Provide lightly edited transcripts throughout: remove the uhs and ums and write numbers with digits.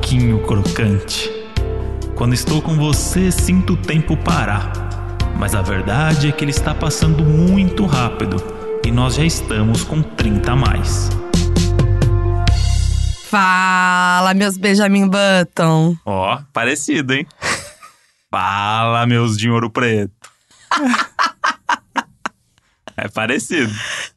pouquinho crocante. Quando estou com você, sinto o tempo parar. Mas a verdade é que ele está passando muito rápido e nós já estamos com 30 a mais. Fala, meus Benjamin Button. Ó, parecido, hein? Fala, meus de ouro preto. É parecido.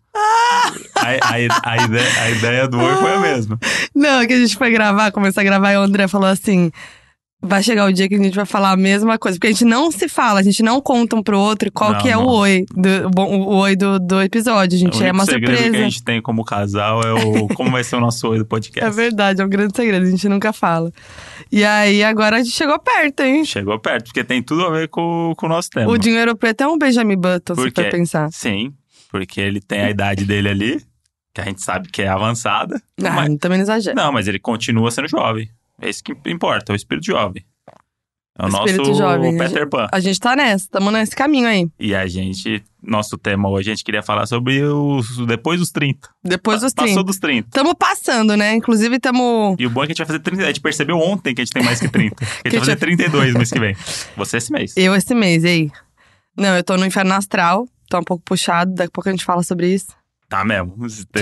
A ideia do oi foi a mesma. Não, que a gente foi começar a gravar e o André falou assim: vai chegar o dia que a gente vai falar a mesma coisa. Porque a gente não se fala, a gente não conta um pro outro qual que é o oi. O oi do episódio. A gente é uma surpresa. O segredo que a gente tem como casal é como vai ser o nosso oi do podcast. É verdade, é um grande segredo, a gente nunca fala. E aí, agora a gente chegou perto, hein? Chegou perto, porque tem tudo a ver com o nosso tema. O dinheiro preto é um Benjamin Button, se for pensar. Sim, porque ele tem a idade dele ali, que a gente sabe que é avançada. Mas também não exagera. Não, mas ele continua sendo jovem. É isso que importa, é o espírito jovem. É o nosso jovem. Peter Pan. A gente tá estamos nesse caminho aí. E nosso tema hoje, a gente queria falar sobre depois dos 30. Depois dos 30. Passou dos 30. Tamo passando, né? Inclusive, tamo... E o bom é que a gente vai fazer 30. A gente percebeu ontem que a gente tem mais que 30. Que a gente vai fazer 32 mês que vem. Você esse mês. Eu esse mês, e aí? Não, eu tô no inferno astral. Tô um pouco puxado, daqui a pouco a gente fala sobre isso. Tá mesmo.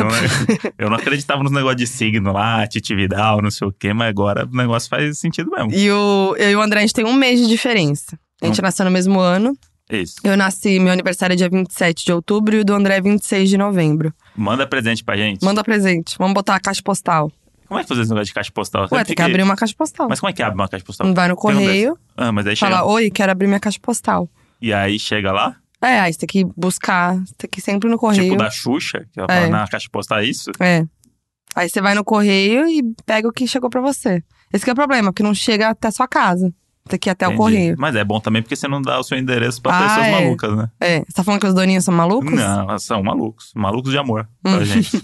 Eu não acreditava nos negócios de signo lá, Titi Vidal, não sei o quê, mas agora o negócio faz sentido mesmo. E eu e o André, a gente tem um mês de diferença. A gente nasceu no mesmo ano. Isso. Eu nasci, meu aniversário é dia 27 de outubro e o do André é 26 de novembro. Manda presente pra gente. Manda presente. Vamos botar a caixa postal. Como é que fazer esse negócio de caixa postal? Ué, tem que abrir uma caixa postal. Mas como é que abre uma caixa postal? Vai no correio. Mas aí fala, chega... oi, quero abrir minha caixa postal. E aí chega lá? Aí você tem que buscar, você tem que ir sempre no correio. Tipo da Xuxa, que ela fala na caixa postal, é isso? É. Aí você vai no correio e pega o que chegou pra você. Esse que é o problema, porque não chega até a sua casa. Tem que ir até o correio. Mas é bom também porque você não dá o seu endereço pra pessoas malucas, né? É. Você tá falando que os doninhos são malucos? Não, são malucos. Malucos de amor pra gente.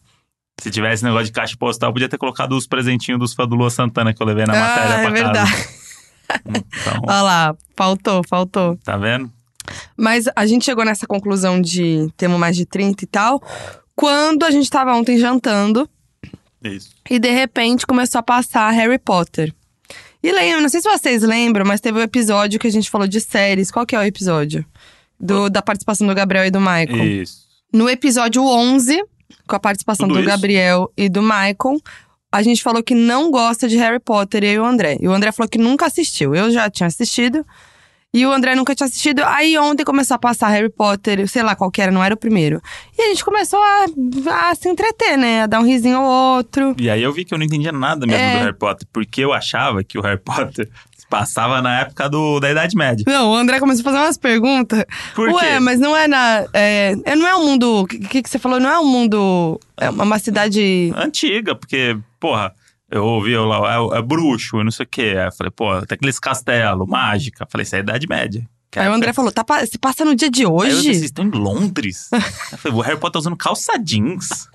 Se tivesse negócio de caixa postal, podia ter colocado os presentinhos dos fãs do Lua Santana que eu levei na matéria pra casa. É verdade. Então, olha lá, faltou. Tá vendo? Mas a gente chegou nessa conclusão de termos mais de 30 e tal, quando a gente tava ontem jantando. Isso. E de repente começou a passar Harry Potter. E lembra, não sei se vocês lembram, mas teve um episódio que a gente falou de séries. Qual que é o episódio? Da participação do Gabriel e do Michael. Isso. No episódio 11, com a participação do Gabriel e do Michael, a gente falou que não gosta de Harry Potter, eu e o André. E o André falou que nunca assistiu. Eu já tinha assistido. E o André nunca tinha assistido. Aí ontem começou a passar Harry Potter, sei lá qual que era, não era o primeiro. E a gente começou a se entreter, né? A dar um risinho ao outro. E aí eu vi que eu não entendia nada mesmo do Harry Potter. Porque eu achava que o Harry Potter passava na época da Idade Média. Não, o André começou a fazer umas perguntas. Por quê? Ué, mas não é não é um mundo… O que você falou? Não é um mundo… É uma cidade… Antiga, porque, porra… Eu ouvi lá, é bruxo, não sei o quê. Aí eu falei, pô, tem aqueles castelos, mágica. Falei, isso é a Idade Média. Aí o André falou, se passa no dia de hoje? Aí eu disse, vocês estão em Londres? Eu falei, o Harry Potter tá usando calça jeans.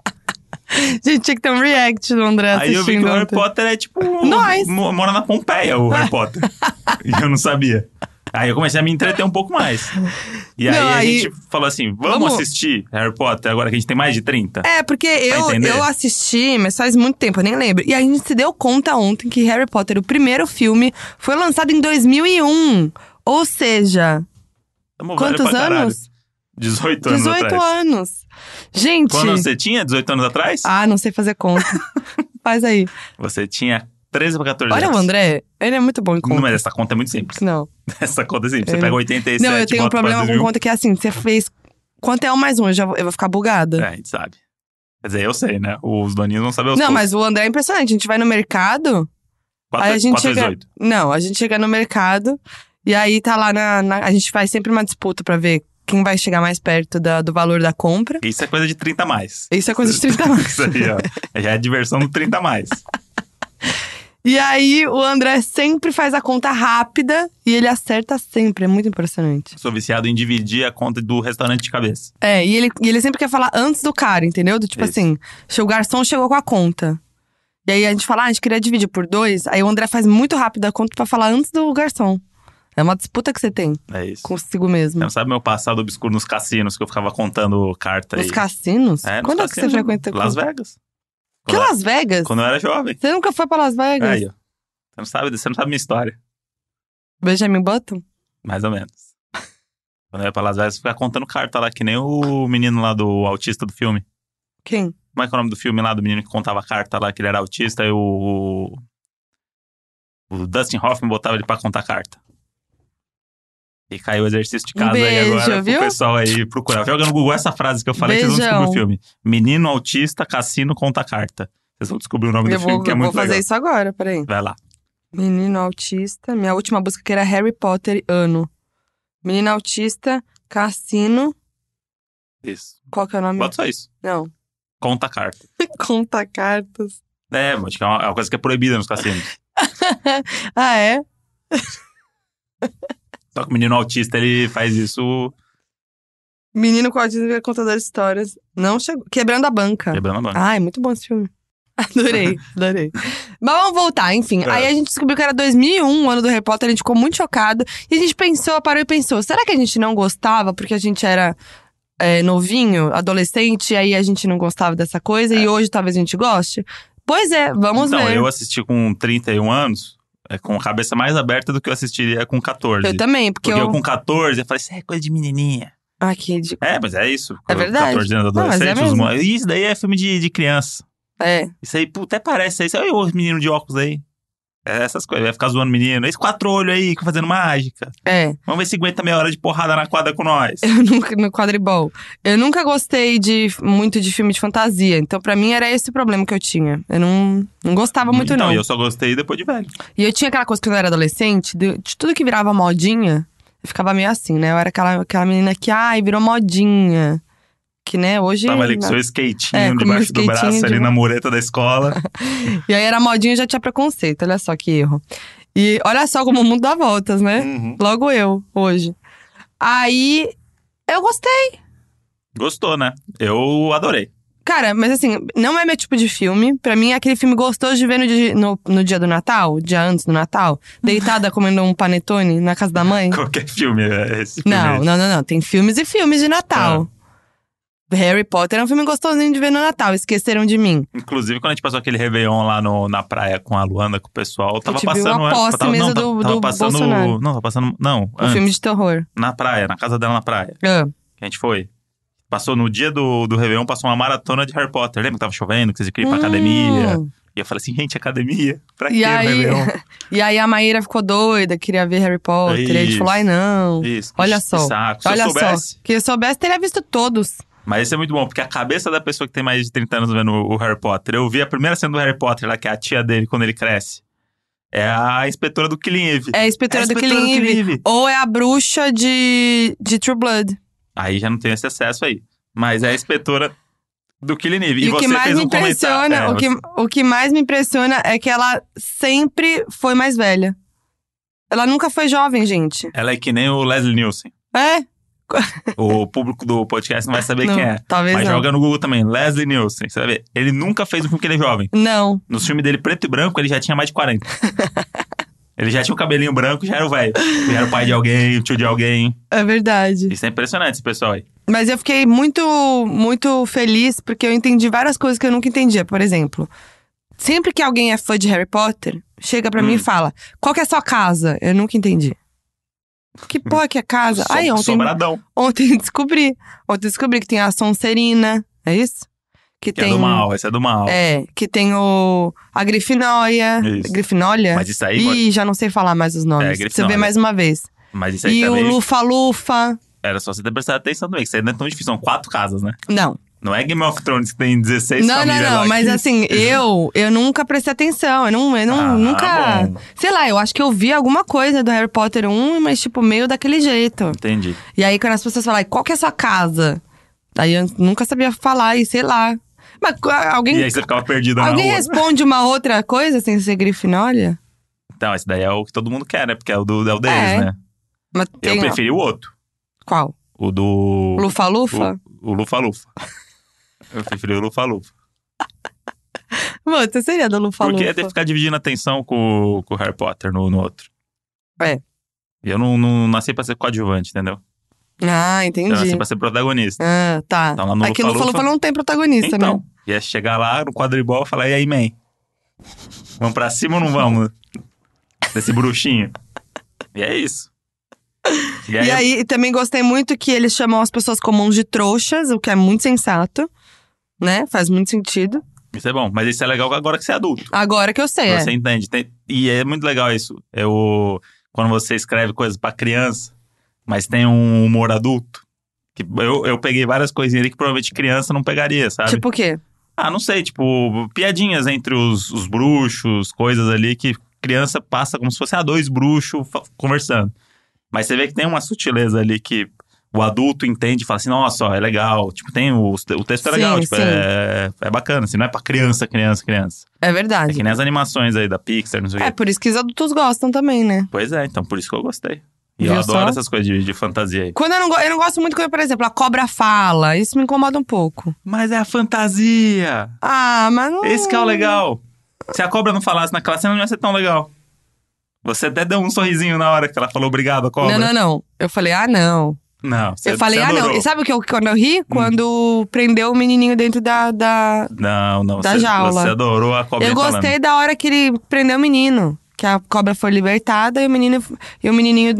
Gente, tinha que ter um react do André assistindo. Aí eu vi que o Harry Potter é tipo… Nós! Mora na Pompeia, o Harry Potter. E eu não sabia. Aí eu comecei a me entreter um pouco mais. E aí a gente falou assim, vamos assistir Harry Potter agora que a gente tem mais de 30? É, porque eu assisti, mas faz muito tempo, eu nem lembro. E a gente se deu conta ontem que Harry Potter, o primeiro filme, foi lançado em 2001. Ou seja, quantos anos? 18 anos atrás. 18 anos. Gente… Quando você tinha 18 anos atrás? Ah, não sei fazer conta. Faz aí. Você tinha 13 pra 14 anos. Olha o André, ele é muito bom em conta. Não, mas essa conta é muito simples. Não. Essa conta é simples. Você pega 87 Não, eu tenho um problema com conta que é assim, você fez… Quanto é 1 mais 1? Eu vou ficar bugada. A gente sabe. Quer dizer, eu sei, né? Os doninhos não sabem os Não, mas o André é impressionante. A gente vai no mercado… 4, aí a gente 4 chega… 18. Não, a gente chega no mercado e aí tá lá a gente faz sempre uma disputa pra ver quem vai chegar mais perto do valor da compra. Isso é coisa de 30 a mais. Isso é coisa de 30 a mais. Isso aí, ó. Já é diversão do 30 a mais. E aí, o André sempre faz a conta rápida e ele acerta sempre. É muito impressionante. Sou viciado em dividir a conta do restaurante de cabeça. É, e ele sempre quer falar antes do cara, entendeu? Do tipo assim, o garçom chegou com a conta. E aí a gente fala, a gente queria dividir por 2. Aí o André faz muito rápido a conta pra falar antes do garçom. É uma disputa que você tem. É isso. Consigo mesmo. Você não sabe meu passado obscuro nos cassinos, que eu ficava contando carta aí. Nos cassinos? Quando é que você frequenta? Las Vegas. Que Las Vegas? Quando eu era jovem. Você nunca foi pra Las Vegas? Aí, ó. Você não sabe minha história. Benjamin Button? Mais ou menos. Quando eu ia pra Las Vegas, ficava contando carta lá, que nem o menino lá do autista do filme. Quem? Como é que é o nome do filme lá, do menino que contava carta lá, que ele era autista, e o Dustin Hoffman botava ele pra contar carta. E caiu o exercício de casa aí agora viu? pro pessoal aí procurar. Joga no Google essa frase que eu falei, que vocês vão descobrir o filme. Menino autista, cassino, conta carta. Vocês vão descobrir o nome do filme, que é muito legal. Eu vou fazer isso agora, peraí. Vai lá. Menino autista. Minha última busca que era Harry Potter, ano. Menino autista, cassino. Isso. Qual que é o nome? Bota só isso. Não. Conta carta. Conta cartas. Acho que é uma coisa que é proibida nos cassinos. Ah, é? Só que o menino autista, ele faz isso... Menino com autismo é contador de histórias. Não chegou. Quebrando a banca. Quebrando a banca. Ah, é muito bom esse filme. Adorei. Mas vamos voltar, enfim. Aí a gente descobriu que era 2001, o ano do Harry Potter. A gente ficou muito chocado. E a gente parou e pensou. Será que a gente não gostava porque a gente era novinho, adolescente? E aí a gente não gostava dessa coisa. E hoje talvez a gente goste? Pois é, vamos ver. Então, eu assisti com 31 anos, com a cabeça mais aberta do que eu assistiria com 14. Eu também, porque eu com 14, eu falei, isso é coisa de menininha. Ah, que ridículo. Mas é isso. É verdade. 14 anos, adolescente. Isso daí é filme de criança. Isso aí, até parece. Isso aí, os meninos de óculos aí. Essas coisas, vai ficar zoando o menino. Esse 4 olhos aí, fazendo mágica. Vamos ver se aguenta meia hora de porrada na quadra com nós. No quadribol. Eu nunca gostei muito de filme de fantasia. Então, pra mim, era esse o problema que eu tinha. Eu não gostava muito, não. Então, eu só gostei depois de velho. E eu tinha aquela coisa quando eu era adolescente, de tudo que virava modinha, eu ficava meio assim, né? Eu era aquela menina que, virou modinha. Que, né, hoje... Tava ali com seu skatinho debaixo do braço, ali na mureta da escola. E aí era modinha e já tinha preconceito, olha só que erro. E olha só como o mundo dá voltas, né? Uhum. Logo eu, hoje. Aí, eu gostei. Gostou, né? Eu adorei. Cara, mas assim, não é meu tipo de filme. Pra mim, é aquele filme gostoso de ver no dia do Natal, dia antes do Natal. Deitada comendo um panetone na casa da mãe. Qualquer filme é esse filme. Não. Tem filmes e filmes de Natal. Harry Potter é um filme gostosinho de ver no Natal. Esqueceram de mim. Inclusive, quando a gente passou aquele Réveillon lá na praia com a Luana, com o pessoal, tava passando... Viu a posse mesmo do passando, Bolsonaro. Não, tava passando... Não, um filme de terror. Na praia, na casa dela na praia. Que a gente foi. Passou no dia do Réveillon, passou uma maratona de Harry Potter. Lembra que tava chovendo, que vocês queriam ir pra academia? E eu falei assim, gente, academia? Pra quê, Réveillon? E aí a Maíra ficou doida, queria ver Harry Potter. E a gente falou, não. Isso. Olha só. Saco. Se eu soubesse... Que eu soubesse, teria visto todos. Mas isso é muito bom, porque a cabeça da pessoa que tem mais de 30 anos vendo o Harry Potter... Eu vi a primeira cena do Harry Potter, lá, que é a tia dele, quando ele cresce. É a inspetora do Killing Eve. É a inspetora do Killing Eve. Ou é a bruxa de True Blood. Aí já não tem esse acesso aí. Mas é a inspetora do Killing Eve. E o que mais me impressiona, o que mais me impressiona é que ela sempre foi mais velha. Ela nunca foi jovem, gente. Ela é que nem o Leslie Nielsen. O público do podcast não vai saber quem é. Talvez mas não. Joga no Google também, Leslie Nielsen. Você vai ver. Ele nunca fez um filme que ele é jovem. Não. No filme dele, preto e branco, ele já tinha mais de 40. Ele já tinha o cabelinho branco, já era o velho. Já era o pai de alguém, o tio de alguém. É verdade. Isso é impressionante, esse pessoal aí. Mas eu fiquei muito, muito feliz porque eu entendi várias coisas que eu nunca entendia. Por exemplo, sempre que alguém é fã de Harry Potter, chega pra mim e fala, qual que é a sua casa? Eu nunca entendi. Que porra que é casa? Sobradão. Ontem descobri que tem a Sonserina, é isso? Que tem, é do mal, esse é do mal. Que tem a Grifinória. Isso. Grifinória? Mas isso aí... Ih, já não sei falar mais os nomes. Você vê mais uma vez. Mas isso aí e também... o Lufa-Lufa. Era só você ter prestado atenção também, que isso aí não é tão difícil. São 4 casas, né? Não é Game of Thrones que tem 16 famílias lá. Não, mas assim, eu nunca prestei atenção. Eu nunca... Bom. Sei lá, eu acho que eu vi alguma coisa do Harry Potter 1, mas tipo, meio daquele jeito. Entendi. E aí, quando as pessoas falam, qual que é a sua casa? Aí eu nunca sabia falar, e sei lá. Mas alguém... E aí você ficava perdido na rua. Alguém responde uma outra coisa sem ser Grifinória? Então, esse daí é o que todo mundo quer, né? Porque é o deles, né? Mas eu preferi o outro. Qual? O do... Lufa-Lufa? O Lufa-Lufa. Eu preferi o Lufa-Lufa. Mano, você seria do Lufa-Lufa. Porque ia ter que ficar dividindo a atenção com o Harry Potter no outro. E eu não nasci pra ser coadjuvante, entendeu? Ah, entendi. Eu nasci pra ser protagonista. Ah, tá. Então, lá no Aqui no Lufa-Lufa não tem protagonista, então, né? Ia chegar lá no quadribol e falar, e aí, man? Vamos pra cima ou não vamos? desse bruxinho. E é isso. E aí, também gostei muito que eles chamam as pessoas comuns de trouxas, o que é muito sensato, né? Faz muito sentido. Isso é bom, mas isso é legal agora que você é adulto. Agora que eu sei, Você entende. E é muito legal isso. Quando você escreve coisas pra criança, mas tem um humor adulto. Que eu peguei várias coisinhas ali que provavelmente criança não pegaria, sabe? Tipo o quê? Ah, não sei, tipo, piadinhas entre os bruxos, coisas ali que criança passa como se fosse dois bruxos conversando. Mas você vê que tem uma sutileza ali que o adulto entende e fala assim, nossa, ó, é legal. Tipo, o texto é legal, tipo, é bacana, assim, não é pra criança. É verdade. É que nem as animações aí da Pixar, não sei o quê. É por isso que os adultos gostam também, né? Pois é, então, por isso que eu gostei. E Viu eu adoro só? essas coisas de fantasia aí. Quando eu não gosto muito quando, por exemplo, a cobra fala. Isso me incomoda um pouco. Mas é a fantasia! Ah, mas não… Esse que é o legal. Se a cobra não falasse naquela cena, não ia ser tão legal. Você até deu um sorrisinho na hora que ela falou obrigado, a cobra. Não. Eu falei, não. Não, Eu falei, não. E sabe quando eu ri? Quando prendeu o menininho dentro da jaula. Você adorou a cobra. Eu gostei da hora que ele prendeu o menino. Que a cobra foi libertada e o menininho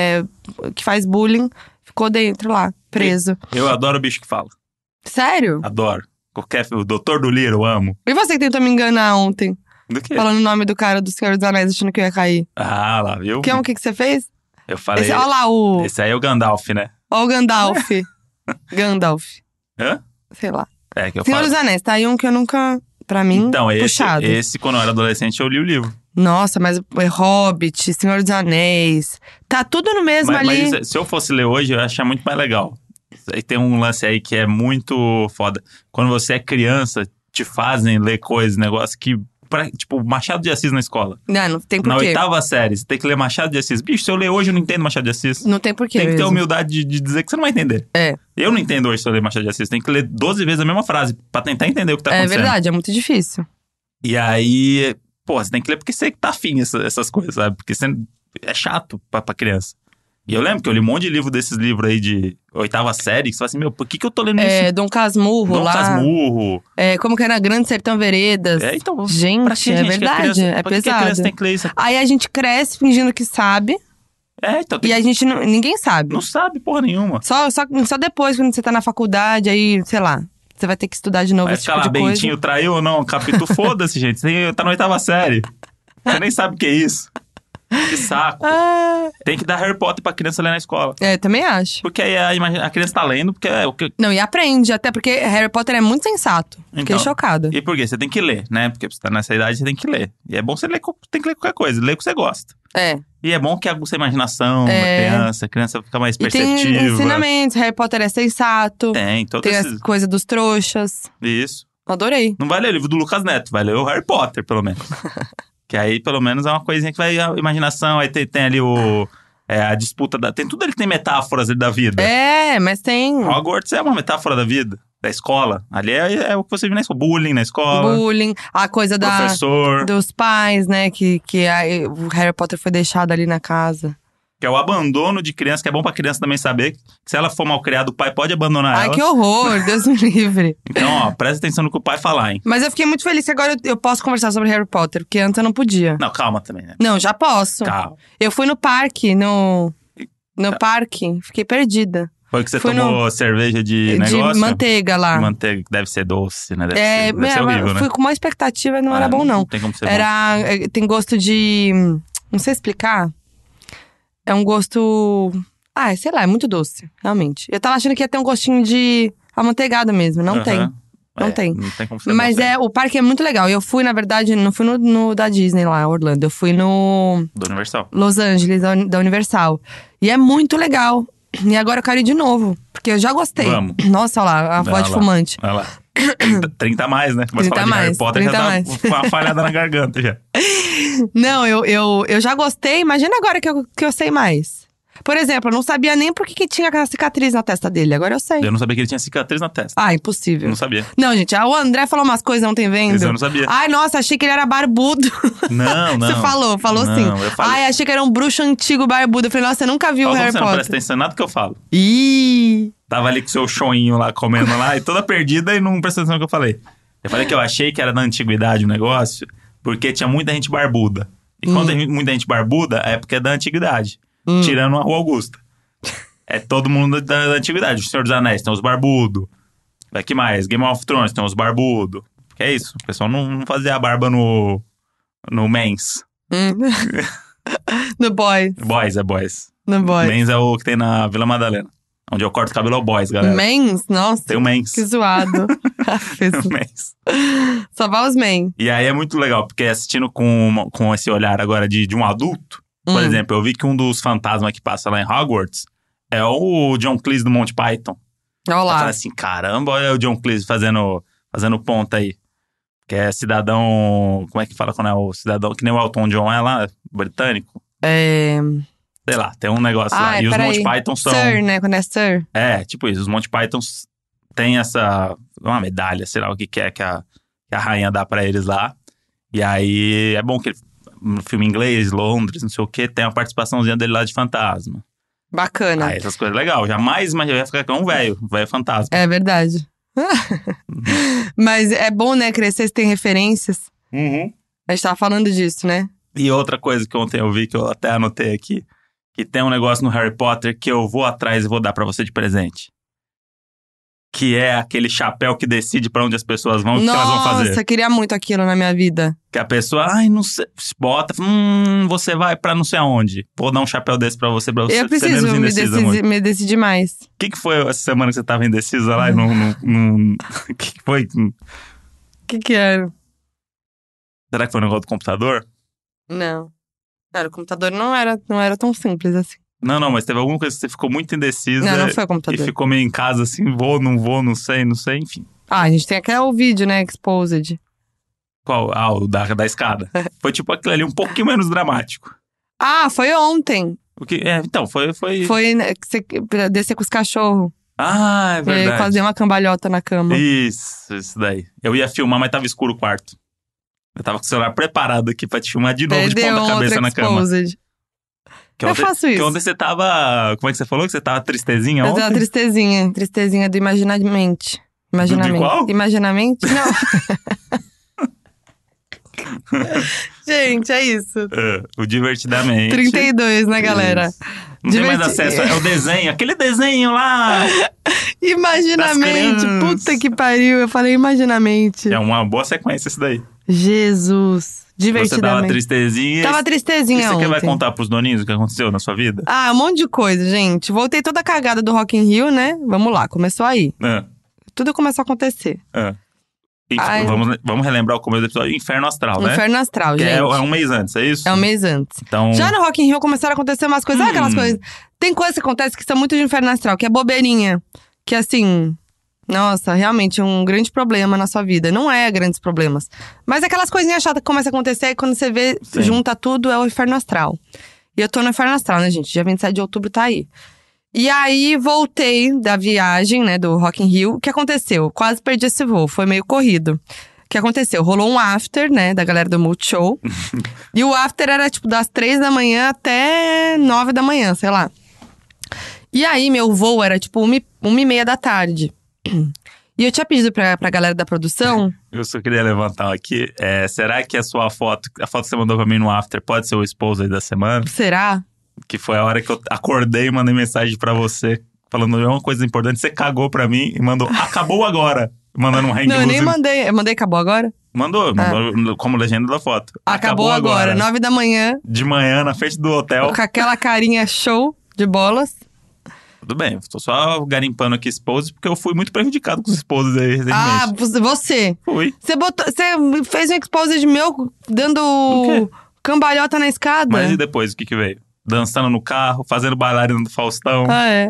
que faz bullying ficou dentro lá, preso. Eu adoro o bicho que fala. Sério? Adoro. O Doutor do Liro, eu amo. E você que tentou me enganar ontem? Do quê? Falando o nome do cara do Senhor dos Anéis, achando que eu ia cair. Ah, lá, viu? O que você fez? Eu falei… Olha lá o… Esse aí é o Gandalf, né? Ó o Gandalf. Gandalf. Hã? Sei lá. É que eu Senhor falo. dos Anéis, tá aí um que eu nunca… Pra mim, Então, puxado. esse, quando eu era adolescente, eu li o livro. Nossa, mas Hobbit, Senhor dos Anéis… Tá tudo no mesmo ali. Mas se eu fosse ler hoje, eu ia achar muito mais legal. Aí tem um lance aí que é muito foda. Quando você é criança, te fazem ler coisas, negócio que… Tipo, Machado de Assis na escola. Não tem porquê. Na 8ª série, você tem que ler Machado de Assis. Bicho, se eu ler hoje, eu não entendo Machado de Assis. Não tem porquê Tem que ter mesmo. humildade de dizer que você não vai entender. É. Eu não entendo hoje se eu ler Machado de Assis. Tem que ler 12 vezes a mesma frase pra tentar entender o que tá acontecendo. É verdade, é muito difícil. E aí, pô, você tem que ler porque você tá afim essas coisas, sabe? Porque é chato pra criança. E eu lembro que eu li um monte de livro desses livros aí de 8ª série, que você fala assim, meu, por que eu tô lendo isso? Dom Casmurro lá. Dom Casmurro. Como que era Grande Sertão Veredas. Então, gente, pra que, é gente, verdade, criança, é pra que pesado. a criança tem que ler isso? Aí a gente cresce fingindo que sabe. Então E a gente ninguém sabe. não sabe porra nenhuma. Só depois, quando você tá na faculdade, aí, sei lá, você vai ter que estudar de novo Vai esse ficar tipo lá, de coisa. Bentinho traiu ou não? Capítulo, foda-se, gente. Você tá na 8ª série. Você nem sabe o que é isso. Que saco. Tem que dar Harry Potter pra criança ler na escola. Também acho. Porque aí a criança tá lendo, porque é o que… Não, e aprende, até porque Harry Potter é muito sensato. Fiquei chocada. E por quê? Você tem que ler, né? Porque você tá nessa idade, você tem que ler. E é bom você ler, tem que ler qualquer coisa. Ler o que você gosta. E é bom que aguça a imaginação da criança. A criança fica mais perceptiva. E tem ensinamentos. Harry Potter é sensato. Tem as coisas dos trouxas. Isso. Adorei. Não vai ler o livro do Lucas Neto, vai ler o Harry Potter, pelo menos. Que aí, pelo menos, é uma coisinha que vai… A imaginação, aí tem ali a disputa tem tudo ali que tem metáforas da vida. Mas tem… Hogwarts é uma metáfora da vida, da escola. Ali é o que você viu na escola. Bullying na escola. Bullying, a coisa professor. dos pais, né? Que o Harry Potter foi deixado ali na casa. Que é o abandono de criança, que é bom pra criança também saber que se ela for mal criada, o pai pode abandonar ela. Ai, que horror, Deus me livre. Então, presta atenção no que o pai falar, hein? Mas eu fiquei muito feliz que agora eu posso conversar sobre Harry Potter, porque antes eu não podia. Não, calma também, né? Não, já posso. Calma. Eu fui no parque, no parque, fiquei perdida. Foi que você tomou cerveja de negócio? De manteiga lá. Manteiga, que deve ser doce, né? Deve ser horrível, né? Fui com uma expectativa e não era bom, não. Não tem como ser bom. Tem gosto de… Não sei explicar. É um gosto… sei lá, é muito doce, realmente. Eu tava achando que ia ter um gostinho de amanteigado mesmo. Não tem. Não tem. Não tem como ser Mas bom, o parque é muito legal. Eu fui, na verdade, não fui no da Disney lá, Orlando. Eu fui no… Do Universal. Los Angeles, da Universal. E é muito legal. E agora eu quero ir de novo, porque eu já gostei. Vamos. Nossa, olha lá, a voz de fumante. Olha lá. 30 a mais, né? Mas 30 falar de mais, Harry Potter 30 já dá mais. uma falhada na garganta já. Não, eu já gostei. Imagina agora que eu sei mais. Por exemplo, eu não sabia nem por que tinha aquela cicatriz na testa dele. Agora eu sei. Eu não sabia que ele tinha cicatriz na testa. Impossível. Eu não sabia. Não, gente, o André falou umas coisas ontem vendo. Isso eu não sabia. Nossa, achei que ele era barbudo. Não. Você falou não, sim. Eu falei. Achei que era um bruxo antigo barbudo. Eu falei, nossa, você nunca viu o Harry Você Potter. não presta atenção em nada que eu falo. Ih! Tava ali com o seu choinho lá, comendo lá, e toda perdida e não presta atenção no que eu falei. Eu falei que eu achei que era da antiguidade o negócio, porque tinha muita gente barbuda. E quando tem muita gente barbuda, é porque é da antiguidade. Tirando a Rua Augusta. É todo mundo da antiguidade. O Senhor dos Anéis tem os barbudos. Que mais? Game of Thrones tem os barbudos. Que é isso. O pessoal não fazia a barba no Mens. No Boys. Boys, é Boys. No Boys. Mens é o que tem na Vila Madalena. Onde eu corto o cabelo é o Boys, galera. Mens? Nossa. Tem o Mens. Que zoado. O Mens. Só vai os men. E aí é muito legal, porque assistindo com esse olhar agora de um adulto, por exemplo, eu vi que um dos fantasmas que passa lá em Hogwarts é o John Cleese do Monty Python. Olha Eu lá. falei assim, caramba, olha o John Cleese fazendo ponta aí. Que é cidadão… Como é que fala quando é o cidadão? Que nem o Elton John é lá, britânico. Sei lá, tem um negócio lá. E os Monty Python são… Sir, né? Quando é Sir. É, tipo isso. Os Monty Python têm uma medalha, sei lá o que é que a rainha dá pra eles lá. E aí é bom que no filme inglês, Londres, não sei o que, tem uma participaçãozinha dele lá de fantasma. Bacana. Ah, essas coisas legais. Jamais eu ia ficar com um velho fantasma. É verdade. Mas é bom, né? Crescer, tem referências. A gente tava falando disso, né? E outra coisa que ontem eu vi, que eu até anotei aqui, que tem um negócio no Harry Potter que eu vou atrás e vou dar pra você de presente. Que é aquele chapéu que decide pra onde as pessoas vão e o que elas vão fazer. Nossa, queria muito aquilo na minha vida. Que a pessoa, não sei, bota, você vai pra não sei aonde. Vou dar um chapéu desse pra você Eu ser preciso menos indecisa, me decidir mais. O que foi essa semana que você tava indecisa lá e não… O que foi? O que era? Será que foi o negócio do computador? Não. Cara, o computador não era tão simples assim. Não, mas teve alguma coisa que você ficou muito indecisa. Não foi o computador. E ficou meio em casa assim, vou, não sei, enfim. A gente tem até o vídeo, né, Exposed. Qual? O da escada. Foi tipo aquilo ali, um pouquinho menos dramático. Foi ontem. O que? Então, foi… Foi né, que você descer com os cachorros. É verdade. E aí quase dei uma cambalhota na cama. Isso daí. Eu ia filmar, mas tava escuro o quarto. Eu tava com o celular preparado aqui pra te filmar de novo, de ponta cabeça na cama. Eu faço isso. Que ontem você tava… Como é que você falou? Que você tava tristezinha ontem? Eu tava tristezinha. Tristezinha do Imaginamente. De qual? Imaginamente? Não. Gente, é isso. O Divertidamente. 32, né, galera? Isso. Não tem mais acesso, é o desenho. Aquele desenho lá. Imaginamente. Puta que pariu. Eu falei Imaginamente. É uma boa sequência isso daí. Jesus. Divertidamente. Você tava tristezinha. Tava tristezinha ontem. Você vai contar pros doninhos o que aconteceu na sua vida? Um monte de coisa, gente. Voltei toda cagada do Rock in Rio, né? Vamos lá, começou aí. Tudo começou a acontecer. Vamos relembrar o começo do episódio. Inferno Astral, né? Inferno Astral, gente. É um mês antes, é isso? É um mês antes. Então… Já no Rock in Rio começaram a acontecer umas coisas. Sabe aquelas coisas? Tem coisas que acontecem que são muito de Inferno Astral, que é bobeirinha. Que assim… Nossa, realmente é um grande problema na sua vida. Não é grandes problemas. Mas aquelas coisinhas chatas que começam a acontecer e quando você vê, junta tudo, é o Inferno Astral. E eu tô no Inferno Astral, né, gente? Dia 27 de outubro tá aí. E aí, voltei da viagem, né, do Rock in Rio. O que aconteceu? Quase perdi esse voo, foi meio corrido. O que aconteceu? Rolou um after, né, da galera do Multishow. E o after era, tipo, das 3 da manhã até 9 da manhã, sei lá. E aí, meu voo era, tipo, 1h30 da tarde. E eu tinha pedido pra galera da produção… Eu só queria levantar aqui. Será que a sua foto, a foto que você mandou pra mim no after, pode ser o Exposed da semana? Será? Que foi a hora que eu acordei e mandei mensagem pra você, falando uma coisa importante. Você cagou pra mim e mandou, acabou agora. Mandando um hang Não, eu nem mandei. Eu mandei acabou agora? Mandou como legenda da foto. Acabou agora, 9 da manhã. De manhã, na frente do hotel. Com aquela carinha show de bolas. Tudo bem, tô só garimpando aqui Exposed, porque eu fui muito prejudicado com os Exposed aí recentemente. Você? Fui. Você fez um Exposed meu dando cambalhota na escada. Mas e depois, o que veio? Dançando no carro, fazendo bailarina do Faustão. É.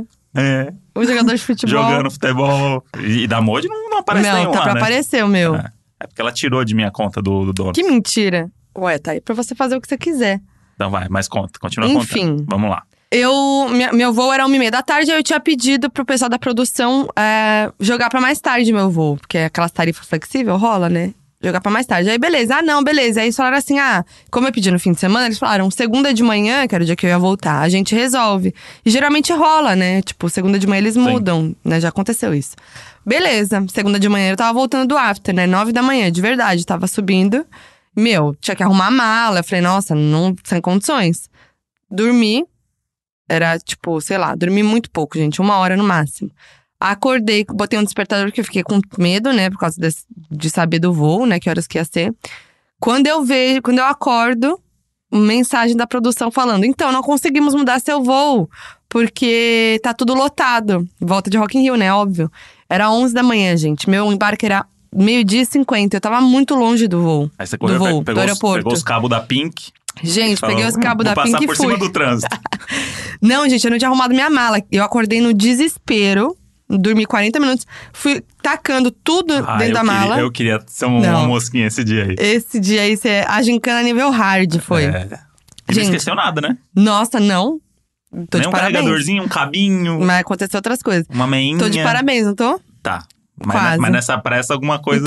O jogador de futebol. Jogando futebol. E da Modi não aparece nenhum tá lá, pra né? aparecer o meu. É porque ela tirou de minha conta do dono. Que mentira. Ué, tá aí pra você fazer o que você quiser. Então vai, mas continua Enfim. contando. Vamos lá. Meu voo era 1h30 da tarde, aí eu tinha pedido pro pessoal da produção jogar pra mais tarde meu voo. Porque aquelas tarifas flexíveis rola, né? Jogar pra mais tarde. Aí beleza, beleza. Aí eles falaram assim, como eu pedi no fim de semana, eles falaram, segunda de manhã, que era o dia que eu ia voltar, a gente resolve. E geralmente rola, né? Tipo, segunda de manhã eles mudam, né? Já aconteceu isso. Beleza, segunda de manhã eu tava voltando do after, né? 9 da manhã, de verdade, tava subindo. Tinha que arrumar a mala. Eu falei, nossa, não, sem condições. Dormi. Era tipo, sei lá, dormi muito pouco, gente. 1 hora no máximo. Acordei, botei um despertador porque eu fiquei com medo, né? Por causa de saber do voo, né? Que horas que ia ser. Quando eu acordo, mensagem da produção falando: então, não conseguimos mudar seu voo, porque tá tudo lotado. Volta de Rock in Rio, né? Óbvio. Era 11 da manhã, gente. Meu embarque era 12h50. Eu tava muito longe do voo. Aí você correu, do aeroporto. Pegou os cabos da Pink. Gente, peguei os cabos da Pink e fui. Vou passar por cima do trânsito. Não, gente, eu não tinha arrumado minha mala. Eu acordei no desespero. Dormi 40 minutos. Fui tacando tudo dentro da mala. Eu queria ser uma mosquinha esse dia aí. Esse dia aí, a gincana nível hard foi. E não esqueceu nada, né? Nossa, não. Tô de Nem um parabéns. carregadorzinho, um cabinho. Mas aconteceu outras coisas. Uma meinha. Tô de parabéns, não tô? Tá. Quase. Mas nessa pressa alguma coisa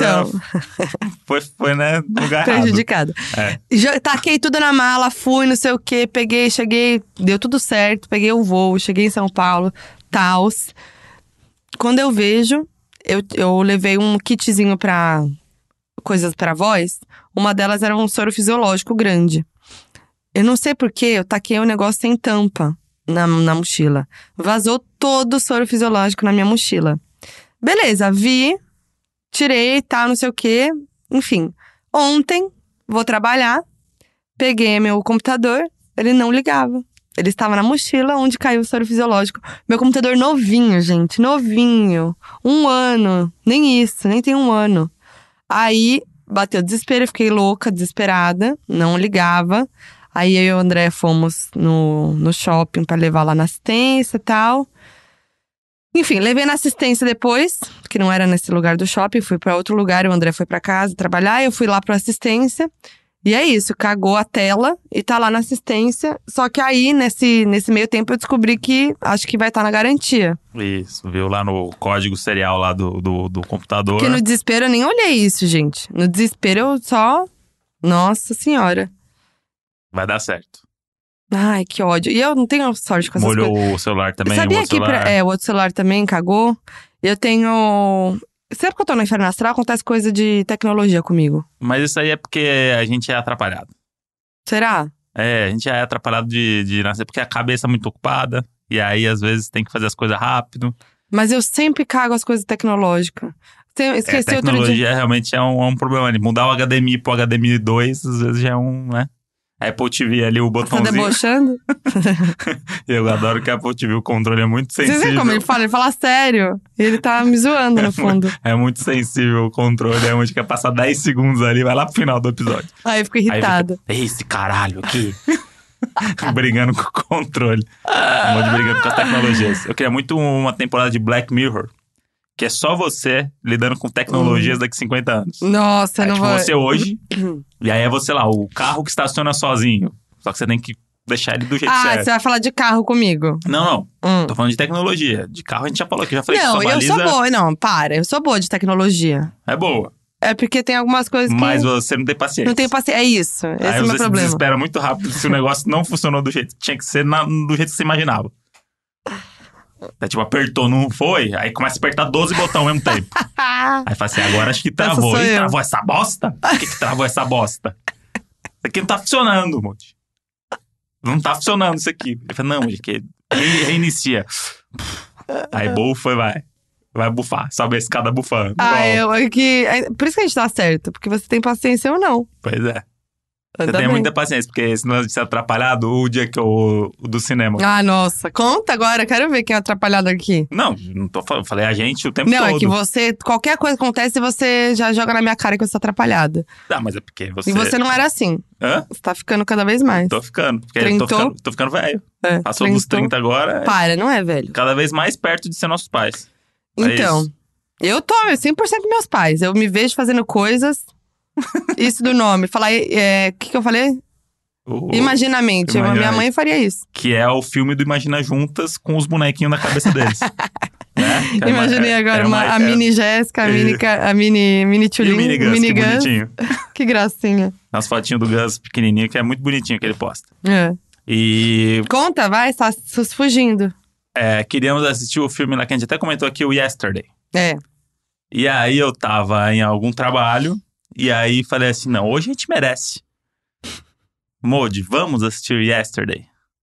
foi, né, no lugar prejudicado. É. Taquei tudo na mala, fui, não sei o quê. Peguei, cheguei, deu tudo certo. Peguei o voo, cheguei em São Paulo, tals. Quando eu vejo, eu levei um kitzinho pra coisas pra voz. Uma delas era um soro fisiológico grande. Eu não sei porquê, eu taquei um negócio sem tampa na mochila. Vazou todo o soro fisiológico na minha mochila. Beleza, vi, tirei, não sei o quê. Enfim, ontem, vou trabalhar, peguei meu computador, ele não ligava. Ele estava na mochila onde caiu o soro fisiológico. Meu computador novinho, gente, novinho. 1 ano, nem isso, nem tem 1 ano. Aí, bateu desespero, eu fiquei louca, desesperada, não ligava. Aí eu e o André fomos no shopping pra levar lá na assistência e tal. Enfim, levei na assistência depois, que não era nesse lugar do shopping, fui pra outro lugar, o André foi pra casa trabalhar, eu fui lá pra assistência. E é isso, cagou a tela e tá lá na assistência. Só que aí, nesse meio tempo, eu descobri que acho que vai estar na garantia. Isso, viu lá no código serial lá do computador. Porque no desespero eu nem olhei isso, gente. No desespero eu só… Nossa Senhora. Vai dar certo. Ai, que ódio. E eu não tenho sorte com essas coisas. Molhou o celular também? Sabia que o outro celular também cagou? Eu tenho… Sempre que eu tô no Inferno Astral, acontece coisa de tecnologia comigo. Mas isso aí é porque a gente é atrapalhado. Será? É, a gente é atrapalhado de nascer porque a cabeça é muito ocupada. E aí, às vezes, tem que fazer as coisas rápido. Mas eu sempre cago as coisas tecnológicas. Esqueci outro dia. A tecnologia realmente é um problema. Mudar o HDMI pro HDMI 2, às vezes já é né? Apple TV ali, o botãozinho. Tá debochando? Eu adoro que a Apple TV, o controle é muito sensível. Você vê como ele fala? Ele fala sério. E ele tá me zoando, no fundo. É muito sensível o controle. É onde quer passar 10 segundos ali, vai lá pro final do episódio. Aí eu fico irritada. Esse caralho aqui. Brigando com o controle. Um monte de brigando com as tecnologias. Eu queria muito uma temporada de Black Mirror. Que é só você lidando com tecnologias daqui 50 anos. Nossa, não tipo, vou… você hoje, e aí é você lá, o carro que estaciona sozinho. Só que você tem que deixar ele do jeito certo. Ah, você vai falar de carro comigo? Não. Tô falando de tecnologia. De carro a gente já falou aqui. Já falei não, que sua baliza… eu sou boa. Não, para. Eu sou boa de tecnologia. É boa. É porque tem algumas coisas que… Mas você não tem paciência. Não tenho paciência. É isso. Esse é o meu problema. Aí você se desespera muito rápido se o negócio não funcionou do jeito que tinha que ser, do jeito que você imaginava. Tipo, apertou, não foi. Aí começa a apertar 12 botões ao mesmo tempo. Aí fala assim, agora acho que travou. E travou essa bosta? Por que travou essa bosta? Isso aqui não tá funcionando, Monte. Não tá funcionando isso aqui. Ele fala, não, que reinicia. Aí bufa e vai bufar. Sobe a escada bufando. Por isso que a gente tá certo. Porque você tem paciência ou não. Pois é. Você tem muita paciência, porque senão de ser atrapalhado o dia que o do cinema. Ah, nossa. Conta agora, quero ver quem é atrapalhado aqui. Não tô falando, falei a gente o tempo todo. Não, é que você, qualquer coisa que acontece, você já joga na minha cara que eu sou atrapalhada. Tá, mas é porque você… E você não era assim. Hã? Você tá ficando cada vez mais. Tô ficando, porque tô ficando velho. Passou dos 30 agora. Para, não é velho. Cada vez mais perto de ser nossos pais. Então, eu tô 100% meus pais. Eu me vejo fazendo coisas… Isso do nome. Falar, o que eu falei? Imaginamente. Minha mãe faria isso. Que é o filme do Imagina Juntas com os bonequinhos na cabeça deles. Né? Imaginei agora a mini Jéssica, a mini Tchulin. E o mini Gus, que bonitinho. Que gracinha. As fotinhas do Gus pequenininho, que é muito bonitinho que ele posta. E… Conta, vai, tá fugindo. Queríamos assistir o filme lá que a gente até comentou aqui, o Yesterday. E aí eu tava em algum trabalho… E aí falei assim, não, hoje a gente merece. Modi, vamos assistir Yesterday.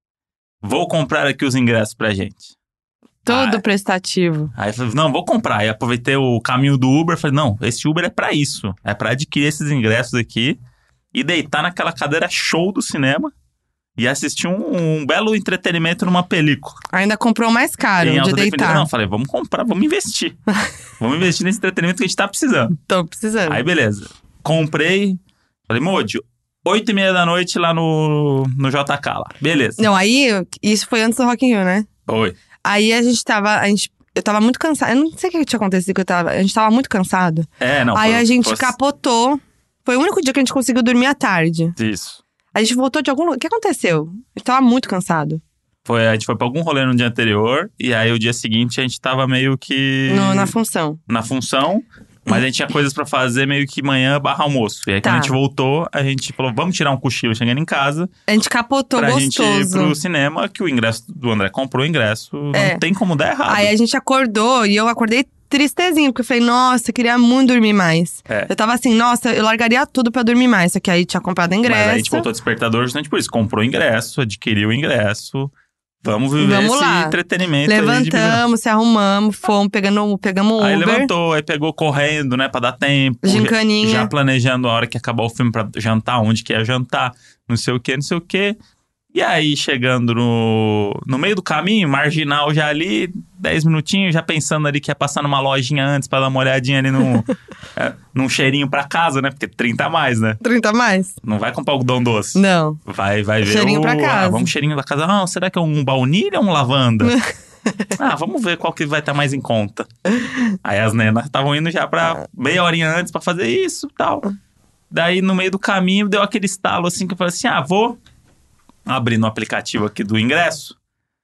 Vou comprar aqui os ingressos pra gente. Todo prestativo. Aí eu falei, não, vou comprar. Aí aproveitei o caminho do Uber. Falei, não, esse Uber é pra isso. É pra adquirir esses ingressos aqui e deitar naquela cadeira show do cinema e assistir um belo entretenimento numa película. Ainda comprou mais caro de deitar. Não, falei, vamos comprar, vamos investir. Vamos investir nesse entretenimento que a gente tá precisando. Tô precisando. Aí, beleza. Comprei. Falei, Modi, 8h30 da noite lá no JK lá. Beleza. Não, aí, isso foi antes do Rock in Rio, né? Oi. Aí eu tava muito cansada. Eu não sei o que tinha acontecido, a gente tava muito cansado. Não. Aí a gente capotou. Foi o único dia que a gente conseguiu dormir à tarde. Isso. A gente voltou de algum lugar. O que aconteceu? A gente tava muito cansado. A gente foi pra algum rolê no dia anterior. E aí, o dia seguinte, a gente tava meio que... Na função. Na função. Mas a gente tinha coisas pra fazer meio que manhã/almoço. E aí, quando a gente voltou, a gente falou, vamos tirar um cochilo chegando em casa. A gente capotou pra gostoso. Pra gente ir pro cinema, que o ingresso do André comprou o ingresso. Não tem como dar errado. Aí a gente acordou e eu acordei tristezinho. Porque eu falei, nossa, eu queria muito dormir mais. Eu tava assim, nossa, eu largaria tudo pra dormir mais. Só que aí tinha comprado ingresso. Mas aí a gente voltou ao despertador justamente por isso. Comprou o ingresso, adquiriu o ingresso. Vamos viver esse entretenimento. Levantamos, se arrumamos, fomos, pegamos Uber. Aí levantou, aí pegou correndo, né, pra dar tempo. Gincaninha. Já planejando a hora que acabar o filme pra jantar, onde que ia jantar, não sei o quê. E aí, chegando no meio do caminho, marginal já ali, 10 minutinhos, já pensando ali que ia passar numa lojinha antes pra dar uma olhadinha ali num cheirinho pra casa, né? Porque 30 a mais, né? 30 a mais. Não vai comprar algodão doce. Não. Vai ver cheirinho pra casa. Vamos cheirinho da casa. Será que é um baunilha ou um lavanda? Vamos ver qual que vai estar mais em conta. Aí as nenas estavam indo já pra meia horinha antes pra fazer isso e tal. Daí, no meio do caminho, deu aquele estalo assim, que eu falei assim, vou abrir no aplicativo aqui do ingresso,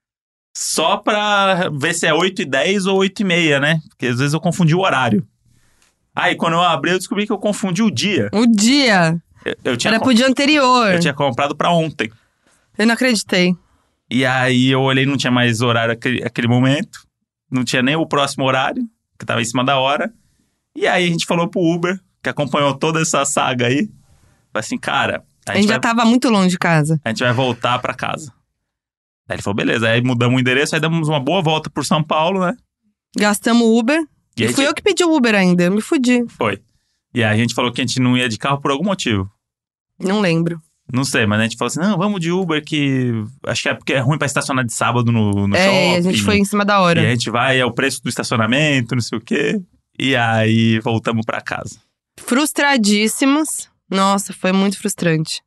só pra ver se é 8h10 ou 8h30, né? Porque às vezes eu confundi o horário. Aí, quando eu abri, eu descobri que eu confundi o dia. O dia? Era pro dia anterior. Eu tinha comprado pra ontem. Eu não acreditei. E aí, eu olhei, não tinha mais horário aquele momento. Não tinha nem o próximo horário, que tava em cima da hora. E aí, a gente falou pro Uber, que acompanhou toda essa saga aí. Falei assim, cara... A gente já tava muito longe de casa. A gente vai voltar pra casa. Aí ele falou, beleza. Aí mudamos o endereço, aí damos uma boa volta por São Paulo, né? Gastamos Uber. E fui eu que pedi o Uber ainda, eu me fudi. Foi. E aí a gente falou que a gente não ia de carro por algum motivo. Não lembro. Não sei, mas a gente falou assim, não, vamos de Uber, que... Acho que é porque é ruim pra estacionar de sábado no shopping. A gente foi em cima da hora. E a gente vai, é o preço do estacionamento, não sei o quê. E aí voltamos pra casa. Frustradíssimos. Nossa, foi muito frustrante.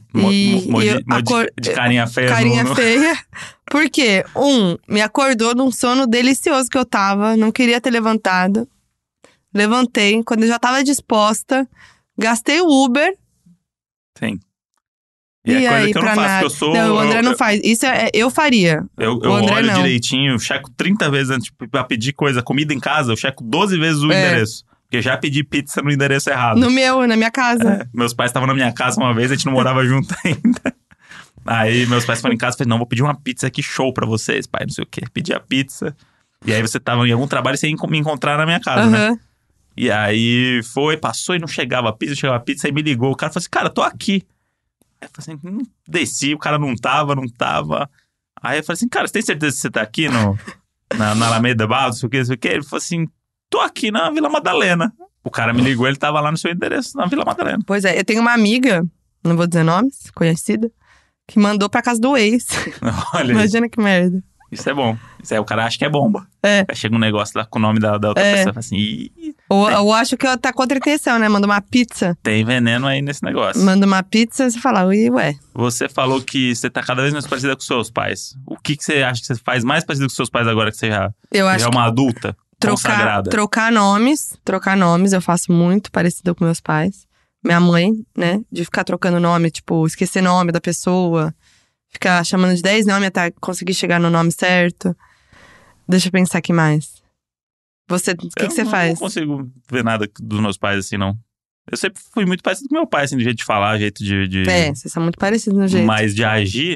De carinha feia. Carinha feia. Por quê? Me acordou num sono delicioso que eu tava. Não queria ter levantado. Levantei. Quando eu já tava disposta, gastei o Uber. Sim. E é coisa que eu não faço, porque eu sou... Não, o André não faz. Isso eu faria. Eu olho direitinho, checo 30 vezes antes pra pedir comida em casa. Eu checo 12 vezes o endereço. Porque eu já pedi pizza no endereço errado. Na minha casa. Meus pais estavam na minha casa uma vez, a gente não morava junto ainda. Aí meus pais foram em casa e falaram, não, vou pedir uma pizza aqui show pra vocês, pai, não sei o quê. Pedi a pizza. E aí você tava em algum trabalho e você ia me encontrar na minha casa, né? E aí passou e não chegava a pizza, aí me ligou. O cara falou assim, cara, tô aqui. Aí eu falei assim, desci, o cara não tava. Aí eu falei assim, cara, você tem certeza que você tá aqui na Alameda Barra, não sei o quê? Ele falou assim, tô aqui na Vila Madalena. O cara me ligou, ele tava lá no seu endereço, na Vila Madalena. Pois é, eu tenho uma amiga, não vou dizer nomes, conhecida, que mandou pra casa do ex. Olha Imagina que merda. Isso é bom. Isso aí o cara acha que é bomba. Aí chega um negócio lá com o nome da outra pessoa e fala assim... Ou acho que tá contra a intenção, né? Manda uma pizza. Tem veneno aí nesse negócio. Manda uma pizza e você fala, ué. Você falou que você tá cada vez mais parecida com seus pais. O que você acha que você faz mais parecido com seus pais agora que você já é uma adulta? Trocar nomes, eu faço muito parecido com meus pais. Minha mãe, né, de ficar trocando nome, tipo, esquecer nome da pessoa, ficar chamando de 10 nomes até conseguir chegar no nome certo. Deixa eu pensar aqui mais. Você, o que você faz? Eu não consigo ver nada dos meus pais assim, não. Eu sempre fui muito parecido com meu pai, assim, do jeito de falar, jeito de... vocês são muito parecidos no jeito. Mas de agir...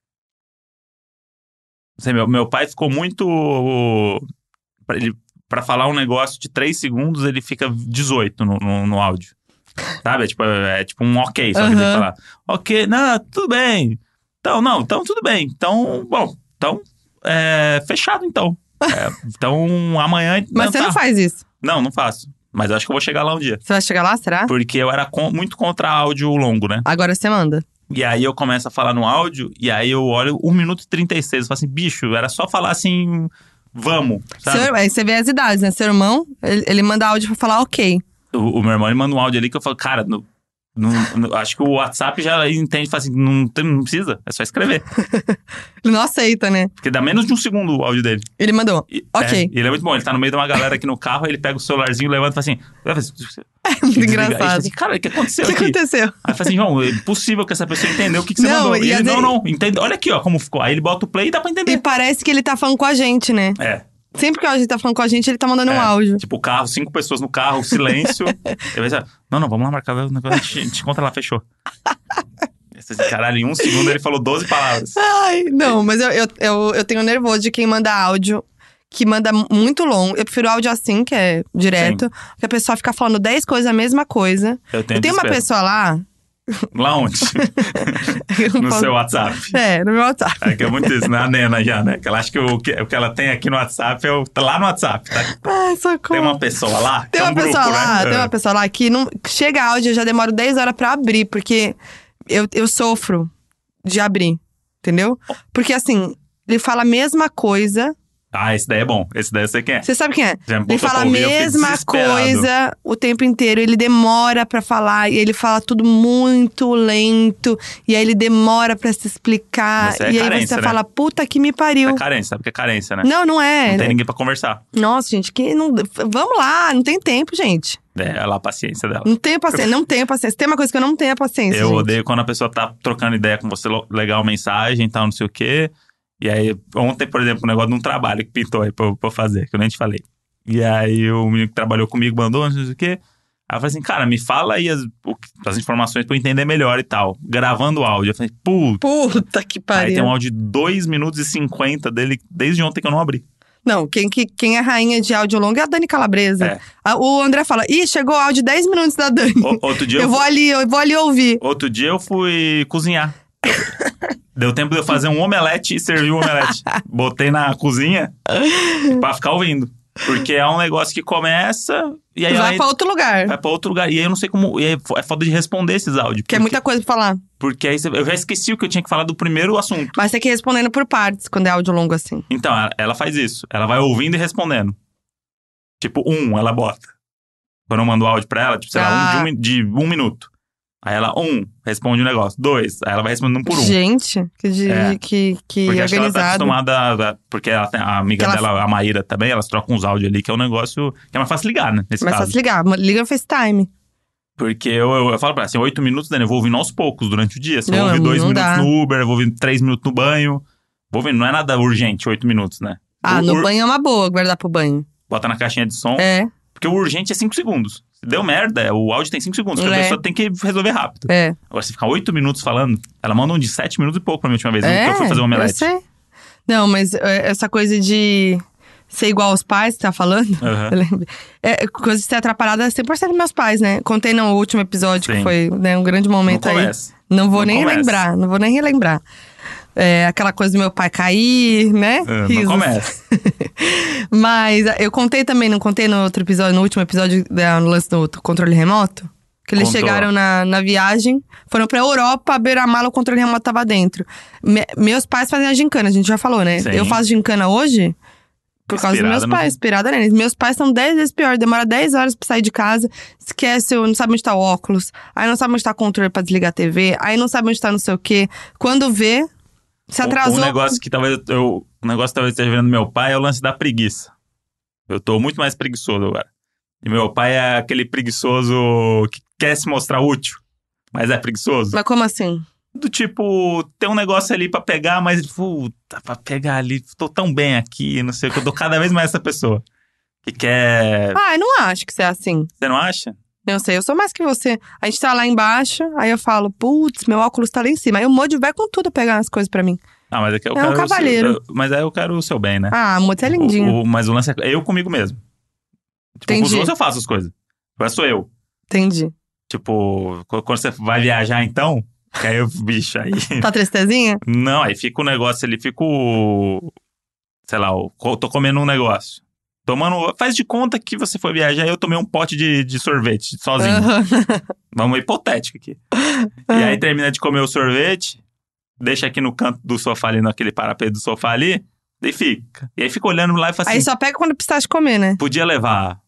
Assim, meu pai ficou muito... Pra falar um negócio de 3 segundos, ele fica 18 no áudio. Sabe? É tipo um ok, só que tem que falar. Ok, não, tudo bem. Então tudo bem. Então, bom, fechado então. Então amanhã. Mas você não faz isso? Não faço. Mas eu acho que eu vou chegar lá um dia. Você vai chegar lá, será? Porque eu era muito contra áudio longo, né? Agora você manda. E aí eu começo a falar no áudio, e aí eu olho 1 minuto e 36. Eu falo assim, bicho, era só falar assim, vamos, sabe? Aí você vê as idades, né? Seu irmão, ele manda áudio pra falar ok. O meu irmão, ele manda um áudio ali que eu falo, cara, acho que o WhatsApp já entende, fala assim, não precisa, é só escrever. Ele não aceita, né? Porque dá menos de 1 segundo o áudio dele. Ele mandou, ok. Ele é muito bom, ele tá no meio de uma galera aqui no carro, aí ele pega o celularzinho, levanta e fala assim... É muito engraçado. Aí assim, cara, o que aconteceu aqui? O que aconteceu? Aí fala assim, João, é impossível que essa pessoa entendeu o que você mandou. E ele, não, entende. Olha aqui, ó, como ficou. Aí ele bota o play e dá pra entender. E parece que ele tá falando com a gente, né? Sempre que a gente tá falando com a gente, ele tá mandando um áudio. Tipo, o carro, 5 pessoas no carro, silêncio. Ele vai dizer, não, vamos lá marcar o negócio, a gente conta lá, fechou. Caralho, em 1 segundo ele falou 12 palavras. Ai, não, mas eu tenho nervoso de quem manda áudio, que manda muito longo. Eu prefiro áudio assim, que é direto. Sim. Que a pessoa fica falando 10 coisas, a mesma coisa. Eu tenho Tem uma pessoa lá... Lá onde? No seu WhatsApp. No meu WhatsApp. É que é muito isso, né? A Nena já, né? Que ela acha que o que ela tem aqui no WhatsApp tá lá no WhatsApp, tá? Ai, socorro. Tem uma pessoa lá? Tem uma pessoa grupo, lá, né? tem uma pessoa lá que não... Chega áudio, eu já demoro 10 horas pra abrir, porque eu sofro de abrir, entendeu? Porque assim, ele fala a mesma coisa... Ah, esse daí é bom. Esse daí eu sei quem é. Você sabe quem é? Ele fala a ouvir, mesma coisa o tempo inteiro. Ele demora pra falar. E ele fala tudo muito lento. E aí ele demora pra se explicar. Mas é e aí carência, você né? fala, puta que me pariu. É carência, sabe o que é carência, né? Não é. Não tem ninguém pra conversar. Nossa, gente, vamos lá, não tem tempo, gente. É lá a paciência dela. Não tenho paciência. Tem uma coisa que eu não tenho paciência, Eu gente. odeio quando a pessoa tá trocando ideia com você, legal, mensagem e tal, não sei o quê. E aí, ontem, por exemplo, um negócio de um trabalho que pintou aí pra eu fazer, que eu nem te falei. E aí, o menino que trabalhou comigo mandou, não sei o quê. Aí eu falei assim, cara, me fala aí as informações pra eu entender melhor e tal. Gravando o áudio. Eu falei, puta que pariu. Aí tem um áudio de 2 minutos e 50 dele, desde ontem que eu não abri. Não, quem é rainha de áudio longo é a Dani Calabresa. É. O André fala, chegou o áudio 10 minutos da Dani. Outro dia eu vou ali ouvir. Outro dia eu fui cozinhar. Deu tempo de eu fazer um omelete e servir o omelete. Botei na cozinha pra ficar ouvindo. Porque é um negócio que começa e aí... Vai pra outro lugar. Vai pra outro lugar. E aí eu não sei como... E aí é foda de responder esses áudios. Porque é muita coisa pra falar. Porque aí eu já esqueci o que eu tinha que falar do primeiro assunto. Mas tem que ir respondendo por partes, quando é áudio longo assim. Então, ela faz isso. Ela vai ouvindo e respondendo. Tipo, ela bota. Quando eu mando o áudio pra ela, tipo, sei lá, de 1 minuto. Aí ela, responde um negócio. 2, aí ela vai respondendo por 1. Gente, que porque organizado. acho que ela tá acostumada, porque ela tem a amiga dela, a Maíra também, elas trocam uns áudios ali, que é um negócio que é mais fácil ligar, né? Nesse mais caso. fácil ligar, liga no FaceTime. Porque eu falo pra ela, assim, 8 minutos, Dani, eu vou ouvindo aos poucos durante o dia. Se eu vou ouvir 2 minutos no Uber, eu vou ouvir 3 minutos no banho. Vou ouvindo, não é nada urgente, 8 minutos, né? No banho é uma boa, guardar pro banho. Bota na caixinha de som. Porque o urgente é 5 segundos. Se deu merda, o áudio tem 5 segundos. Porque a pessoa tem que resolver rápido. Agora, se ficar 8 minutos falando, ela manda um de 7 minutos e pouco pra mim a última vez. Que eu fui fazer um omelete. Eu sei. Não, mas essa coisa de ser igual aos pais, que tá falando. Coisa de ser atrapalhada é 100% dos meus pais, né? Contei no último episódio, que foi um grande momento não aí. Começa. Não vou nem relembrar. Aquela coisa do meu pai cair, né? Não começa. Mas eu contei também, não contei no outro episódio, no último episódio, no lance do controle remoto? Que eles chegaram na viagem, foram pra Europa, abriram a mala, o controle remoto tava dentro. Meus pais fazem a gincana, a gente já falou, né? Sim. Eu faço gincana hoje por causa dos meus pais, inspirada neles. Meus pais são 10 vezes pior, demora 10 horas pra sair de casa, esquece, não sabe onde tá o óculos, aí não sabe onde tá o controle pra desligar a TV, aí não sabe onde tá não sei o quê. Quando vê, se atrasou. Um negócio que talvez esteja vendo meu pai é o lance da preguiça. Eu tô muito mais preguiçoso agora. E meu pai é aquele preguiçoso que quer se mostrar útil, mas é preguiçoso. Mas como assim? Do tipo, tem um negócio ali pra pegar, mas puta, pra pegar ali, tô tão bem aqui, não sei o que. Eu tô cada vez mais essa pessoa que quer... eu não acho que você é assim. Você não acha? Eu sei, eu sou mais que você. A gente tá lá embaixo, aí eu falo, putz, meu óculos tá lá em cima. Aí o Moody vai com tudo pegar as coisas pra mim. Mas é que eu quero um cavaleiro. Mas aí eu quero o seu bem, né? O Moody é lindinho. Mas o lance é eu comigo mesmo. Tipo, com os outros eu faço as coisas. Mas sou eu. Entendi. Tipo, quando você vai viajar, então, que aí eu, bicho, aí... Tá tristezinha? Não, aí fica o negócio ali, fica o... Sei lá, tô comendo um negócio. Faz de conta que você foi viajar e eu tomei um pote de sorvete sozinho. Vamos hipotético aqui. E aí termina de comer o sorvete, deixa aqui no canto do sofá ali, naquele parapeito do sofá ali, e fica. E aí fica olhando lá e fala assim... Aí só pega quando precisar de comer, né? Podia levar.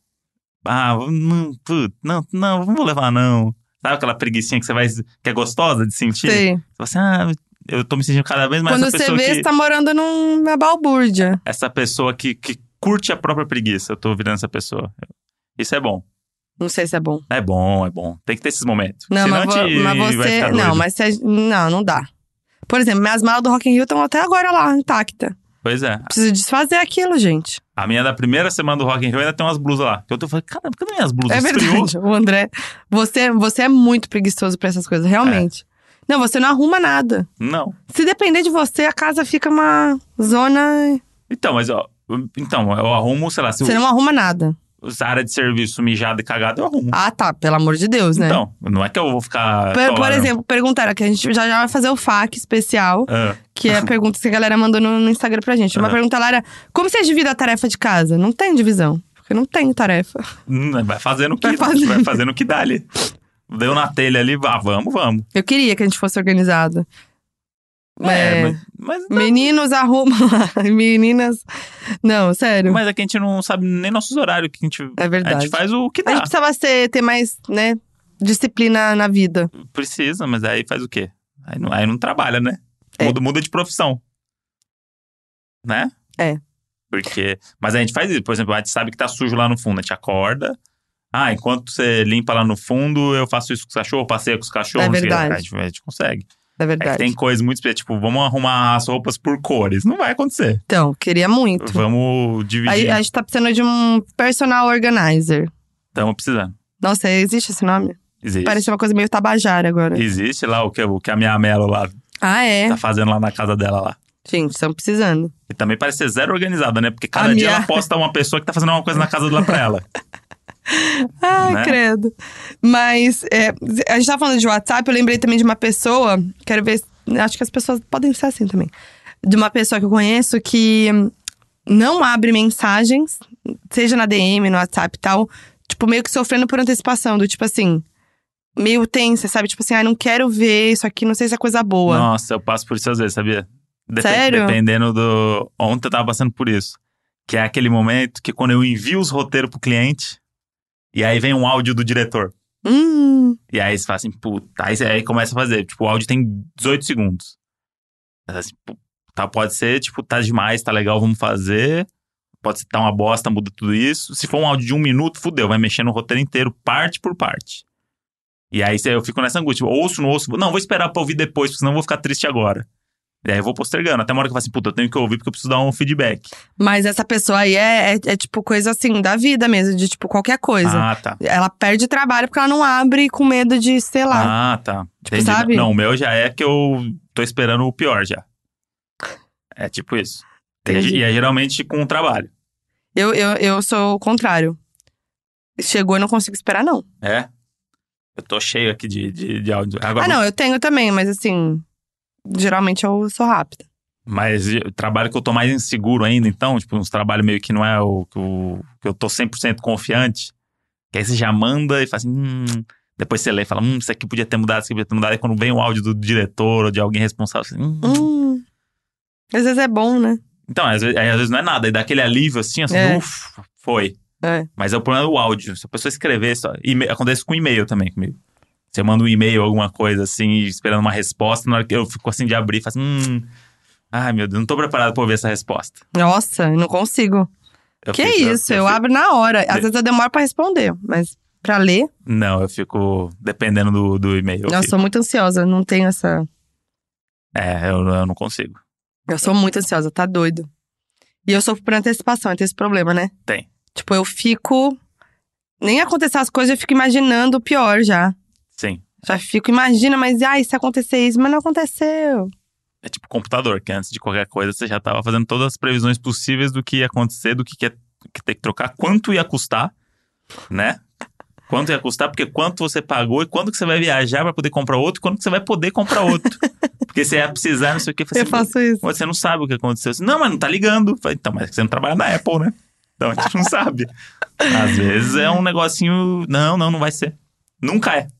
Não vou levar não. Sabe aquela preguicinha que você vai, que é gostosa de sentir? Sim. Você fala assim, eu tô me sentindo cada vez mais Quando essa você pessoa vê, você tá morando numa balbúrdia. Essa pessoa que curte a própria preguiça. Eu tô virando essa pessoa. Isso é bom. Não sei se é bom. É bom, é bom. Tem que ter esses momentos. Não, senão mas vai você... ficar Não, doido. mas você... Não dá. Por exemplo, minhas malas do Rock in Rio estão até agora lá, intacta. Pois é. Preciso desfazer aquilo, gente. A minha da primeira semana do Rock in Rio ainda tem umas blusas lá. Que eu tô falando, caramba, cadê minhas blusas? É Esfriou? verdade. O André, você é muito preguiçoso pra essas coisas, realmente. Não, você não arruma nada. Não. Se depender de você, a casa fica uma zona... Então, mas ó... Então, eu arrumo, sei lá... Se Você não arruma nada. a área de serviço mijada e cagada, eu arrumo. Ah, tá. Pelo amor de Deus, né? Então, não é que eu vou ficar... Por exemplo, perguntaram que a gente já vai fazer o FAQ especial, que é a pergunta que a galera mandou no Instagram pra gente. Uma pergunta lá era, como vocês dividem a tarefa de casa? Não tem divisão, porque não tem tarefa. Vai fazendo o que dá ali. Deu na telha ali, vamos. Eu queria que a gente fosse organizado. Mas meninos arrumam lá, meninas... Não, sério. Mas é que a gente não sabe nem nossos horários. Que a gente, é verdade. A gente faz o que dá. A gente precisava ter mais, né, disciplina na vida. Precisa, mas aí faz o quê? Aí não trabalha, né? Muda de profissão. Né? Mas a gente faz isso. Por exemplo, a gente sabe que tá sujo lá no fundo. A gente acorda. Enquanto você limpa lá no fundo, eu faço isso com os cachorros, passeio com os cachorros. É verdade. A gente consegue. É verdade. Tem coisas muito específicas, tipo, vamos arrumar as roupas por cores. Não vai acontecer. Então, queria muito. Vamos dividir. A gente tá precisando de um personal organizer. Estamos precisando. Nossa, existe esse nome? Existe. Parece uma coisa meio tabajara agora. Existe lá o que a minha Melo lá tá fazendo lá na casa dela lá. Gente, estamos precisando. E também parece ser zero organizada, né? Porque cada dia ela posta uma pessoa que tá fazendo uma coisa na casa dela pra ela. Ai, né? Credo. Mas a gente tava falando de WhatsApp, eu lembrei também de uma pessoa, quero ver, acho que as pessoas podem ser assim também. De uma pessoa que eu conheço que não abre mensagens, seja na DM, no WhatsApp e tal, tipo, meio que sofrendo por antecipação, do tipo assim, meio tensa, sabe? Tipo assim, não quero ver isso aqui, não sei se é coisa boa. Nossa, eu passo por isso às vezes, sabia? Sério? Dependendo do... Ontem eu tava passando por isso. Que é aquele momento que quando eu envio os roteiros pro cliente, e aí vem um áudio do diretor. E aí você fala assim, puta, aí começa a fazer. Tipo, o áudio tem 18 segundos. Assim, pode ser, tipo, tá demais, tá legal, vamos fazer. Pode ser, tá uma bosta, muda tudo isso. Se for um áudio de 1 minuto, fudeu, vai mexer no roteiro inteiro, parte por parte. E aí eu fico nessa angústia, tipo, ouço, não ouço. Não, vou esperar pra ouvir depois, porque senão eu vou ficar triste agora. E aí eu vou postergando, até uma hora que eu falo assim, puta, eu tenho que ouvir porque eu preciso dar um feedback. Mas essa pessoa aí é tipo coisa assim, da vida mesmo, de tipo qualquer coisa. Tá. Ela perde trabalho porque ela não abre com medo de, sei lá. Tá. Tipo, sabe? Não, o meu já é que eu tô esperando o pior já. É tipo isso. E é geralmente com o trabalho. Eu sou o contrário. Chegou e não consigo esperar, não. Eu tô cheio aqui de áudio. Agora, não, eu tenho também, mas assim… Geralmente eu sou rápida. Mas o trabalho que eu tô mais inseguro ainda, então, tipo, uns trabalhos meio que não é o que eu tô 100% confiante. Que aí você já manda e fala assim, depois você lê e fala, isso aqui podia ter mudado, isso aqui podia ter mudado. Aí quando vem o áudio do diretor ou de alguém responsável, assim, Às vezes é bom, né? Então, às vezes não é nada. Aí dá aquele alívio assim, ufa, foi. Mas é o problema do áudio. Se a pessoa escrever, acontece com e-mail também comigo. Você manda um e-mail, alguma coisa assim, esperando uma resposta, na hora que eu fico assim de abrir e faço ai meu Deus, não tô preparado pra ouvir essa resposta. Nossa, eu não consigo. Eu abro na hora. Às vezes eu demoro pra responder, mas pra ler… Não, eu fico dependendo do e-mail. Eu sou muito ansiosa, não tenho essa… Eu não consigo. Eu sou muito ansiosa, tá doido. E eu sofro por antecipação, tem esse problema, né? Tem. Tipo, eu fico… Nem acontecer as coisas, eu fico imaginando o pior já. Sim. Já fico, imagina, mas se acontecer isso, mas não aconteceu. É tipo computador, que antes de qualquer coisa você já tava fazendo todas as previsões possíveis do que ia acontecer, do que tem que trocar, quanto ia custar, né? Quanto ia custar, porque quanto você pagou e quando que você vai viajar pra poder comprar outro, e quando que você vai poder comprar outro. Porque você ia precisar, não sei o que. Eu faço isso. Você não sabe o que aconteceu. Não, mas não tá ligando. Então, mas você não trabalha na Apple, né? Então a gente não sabe. Às vezes é um negocinho... Não vai ser. Nunca é.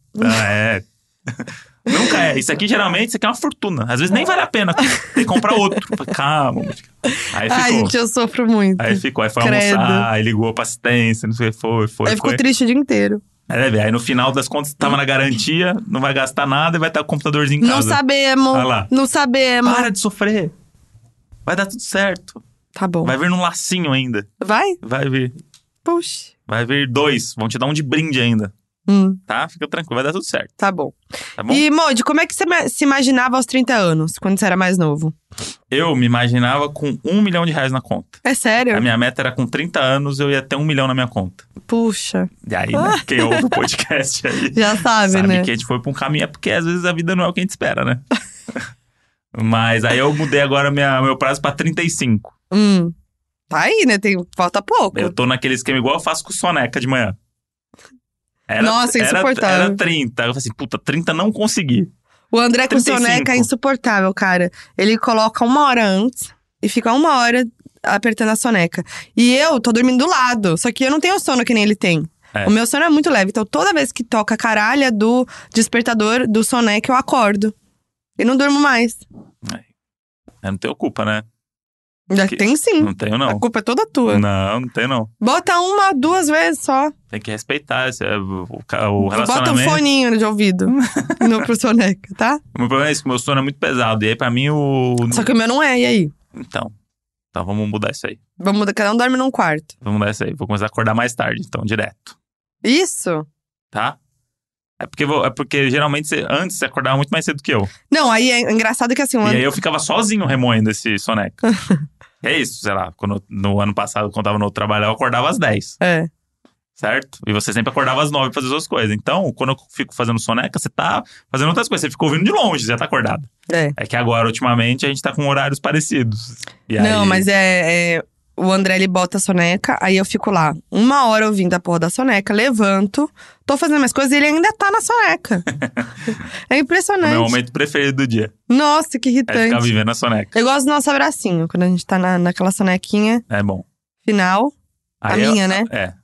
Nunca é. Isso aqui, geralmente, isso aqui é uma fortuna. Às vezes nem vale a pena ter que comprar outro. Calma. Aí ficou. Ai, gente, eu sofro muito. Aí ficou. Aí foi almoçar, aí ligou pra assistência, não sei o que foi. Aí ficou triste o dia inteiro. Aí no final das contas, tava na garantia, não vai gastar nada e vai estar com o computadorzinho em casa. Não sabemos. Olha lá. Não sabemos. Para de sofrer. Vai dar tudo certo. Tá bom. Vai vir num lacinho ainda. Vai? Vai vir. Puxa. Vai vir 2. Vão te dar um de brinde ainda. Tá? Fica tranquilo, vai dar tudo certo. Tá bom. Tá bom? E, Modi, como é que você se imaginava aos 30 anos, quando você era mais novo? Eu me imaginava com R$1 milhão na conta. É sério? A minha meta era com 30 anos eu ia ter 1 milhão na minha conta. Puxa. E aí, né, quem ouve o podcast aí já sabe, né? que a gente foi pra um caminho, é porque às vezes a vida não é o que a gente espera, né? Mas aí eu mudei agora meu prazo pra 35. Tá aí, né? Falta pouco. Eu tô naquele esquema igual eu faço com soneca de manhã. Nossa, insuportável. Era 30. Eu falei assim, puta, 30 não consegui. O André com 35. soneca é insuportável, cara. Ele coloca 1 hora antes e fica 1 hora apertando a soneca. E eu tô dormindo do lado, só que eu não tenho sono que nem ele tem. O meu sono é muito leve, então toda vez que toca a caralha do despertador do soneca, eu acordo. E não durmo mais. Não tenho culpa, né? Tem sim. Não tenho, não. A culpa é toda tua. Não tenho, não. Bota 1, 2 vezes só. Tem que respeitar o relacionamento. Bota um foninho de ouvido pro soneca, tá? O meu problema é isso, que o meu sono é muito pesado. E aí, pra mim, Só que o meu não é, e aí? Então vamos mudar isso aí. Vamos mudar, cada um dorme num quarto. Vamos mudar isso aí. Vou começar a acordar mais tarde, então, direto. Isso? Tá? É porque geralmente antes você acordava muito mais cedo que eu. Não, aí é engraçado que assim... E aí eu ficava sozinho remoendo esse soneca. É isso, sei lá. No ano passado, quando eu tava no outro trabalho, eu acordava às 10. Certo? E você sempre acordava às 9 pra fazer as suas coisas. Então, quando eu fico fazendo soneca, você tá fazendo outras coisas. Você fica ouvindo de longe, você já tá acordado. É que agora, ultimamente, a gente tá com horários parecidos. Não, mas o André, ele bota a soneca, aí eu fico lá 1 hora ouvindo a porra da soneca, levanto, tô fazendo minhas coisas e ele ainda tá na soneca. É impressionante. É o meu momento preferido do dia. Nossa, que irritante. É ficar vivendo a soneca. Eu gosto do nosso abracinho, quando a gente tá naquela sonequinha. É bom. Final. Aí minha, né?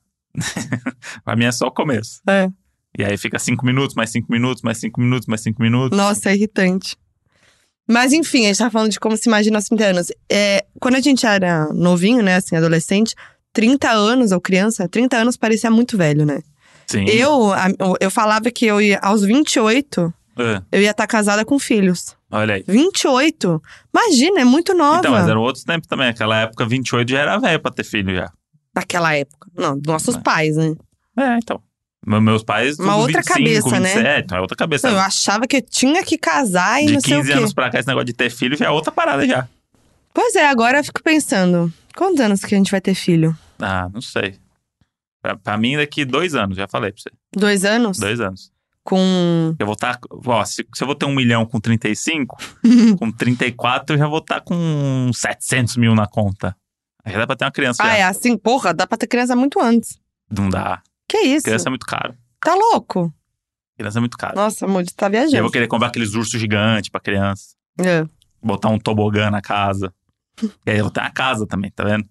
A minha é só o começo. E aí fica 5 minutos, mais 5 minutos, mais 5 minutos, mais 5 minutos. Nossa, é irritante. Mas enfim, a gente tá falando de como se imagina aos 30 anos. Quando a gente era novinho, né, assim, adolescente, 30 anos ou criança, 30 anos parecia muito velho, né? Sim. Eu falava que eu ia, aos 28, eu ia estar casada com filhos. Olha aí. 28? Imagina, é muito nova. Então, mas eram outros tempos também. Naquela época, 28 já era velho pra ter filho já. Naquela época. Não, nossos pais, né? Então. Meus pais, uma outra 25, cabeça, 27, né? Então é outra cabeça. Eu achava que eu tinha que casar e não sei o quê. De 15 anos pra cá, esse negócio de ter filho já é outra parada já. Pois é, agora eu fico pensando. Quantos anos que a gente vai ter filho? Não sei. Pra mim, daqui 2 anos, já falei pra você. 2 anos? 2 anos. Com... Eu vou estar... se eu vou ter 1 milhão com 35, com 34 eu já vou estar com 700 mil na conta. Aí já dá pra ter uma criança já. É assim? Porra, dá pra ter criança muito antes. Não dá. Que isso? Criança é muito caro. Tá louco? Criança é muito caro. Nossa, amor, você tá viajando. E eu vou querer comprar aqueles ursos gigantes pra criança. Botar um tobogã na casa. E aí eu vou ter uma casa também, tá vendo?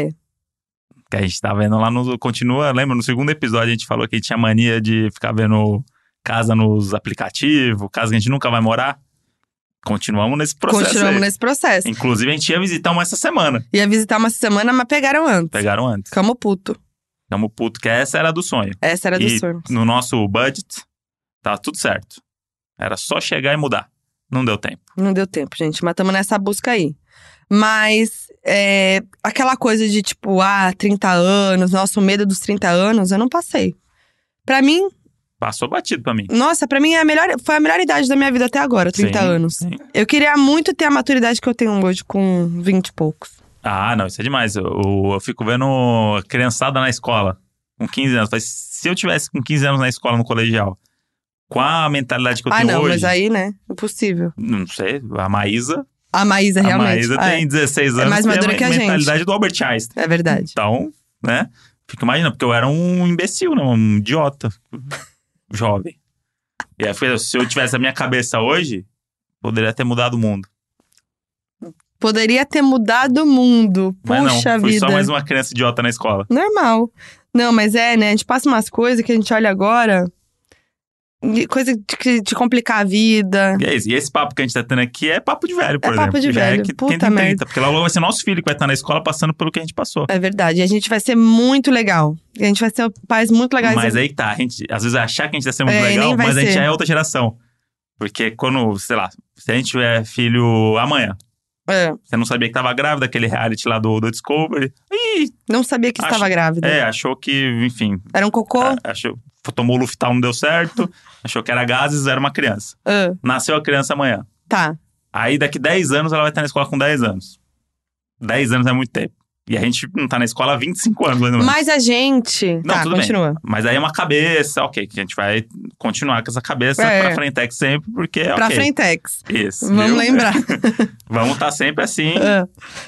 Que a gente tá vendo lá no... Continua, lembra? No segundo episódio a gente falou que a gente tinha mania de ficar vendo casa nos aplicativos, casa que a gente nunca vai morar. Continuamos nesse processo. Inclusive, a gente ia visitar uma essa semana. Ia visitar uma semana, mas pegaram antes. Ficamos puto, que essa era do sonho. Essa era do sonho. No nosso budget, tá tudo certo. Era só chegar e mudar. Não deu tempo. Não deu tempo, gente. Mas estamos nessa busca aí. Mas, aquela coisa de tipo, 30 anos, nosso medo dos 30 anos, eu não passei. Pra mim… Passou batido pra mim. Nossa, pra mim foi a melhor idade da minha vida até agora, 30 anos. Sim. Eu queria muito ter a maturidade que eu tenho hoje, com 20 e poucos. Não, isso é demais. Eu fico vendo criançada na escola, com 15 anos. Se eu tivesse com 15 anos na escola, no colegial, com a mentalidade que eu tenho hoje… mas aí, né? Impossível. Não sei, a Maísa… realmente. A Maísa tem 16 anos, é mais madura que a gente. Mentalidade do Albert Einstein. É verdade. Então, né? Fico imaginando, porque eu era um imbecil, não, um idiota. Jovem. E aí, se eu tivesse a minha cabeça hoje, poderia ter mudado o mundo. Poderia ter mudado o mundo. Mas Puxa não, fui vida. só mais uma criança idiota na escola. Normal. Não, mas né? A gente passa umas coisas que a gente olha agora. Coisa de complicar a vida. E é isso. E esse papo que a gente tá tendo aqui é papo de velho, por É exemplo. papo de Já velho. é que Puta quem tem 30. merda. Porque logo vai ser nosso filho que vai estar na escola passando pelo que a gente passou. É verdade. E a gente vai ser muito legal. A gente vai ser pais muito legais. Mas aí tá. A gente, às vezes, achar que a gente vai ser muito É, e legal, nem vai mas a gente ser. já é outra geração. Porque quando, sei lá, se a gente tiver filho amanhã, É, você não sabia que tava grávida, aquele reality lá do Discovery. Ih, não sabia que estava grávida. achou que, enfim, Era um cocô? achou, tomou Luftal, não deu certo, achou que era gases, era uma criança. Ah, Nasceu a criança amanhã. tá. Aí daqui 10 anos ela vai estar na escola com 10 anos. 10 anos é muito tempo. E a gente não tá na escola há 25 anos, mais ou menos. Mas a gente… Não, tá, tudo continua. bem. Mas aí é uma cabeça, ok, que a gente vai continuar com essa cabeça pra frentex sempre, porque é Pra ok. Frentex. Isso. Vamos viu? lembrar. Vamos estar sempre assim. Ah,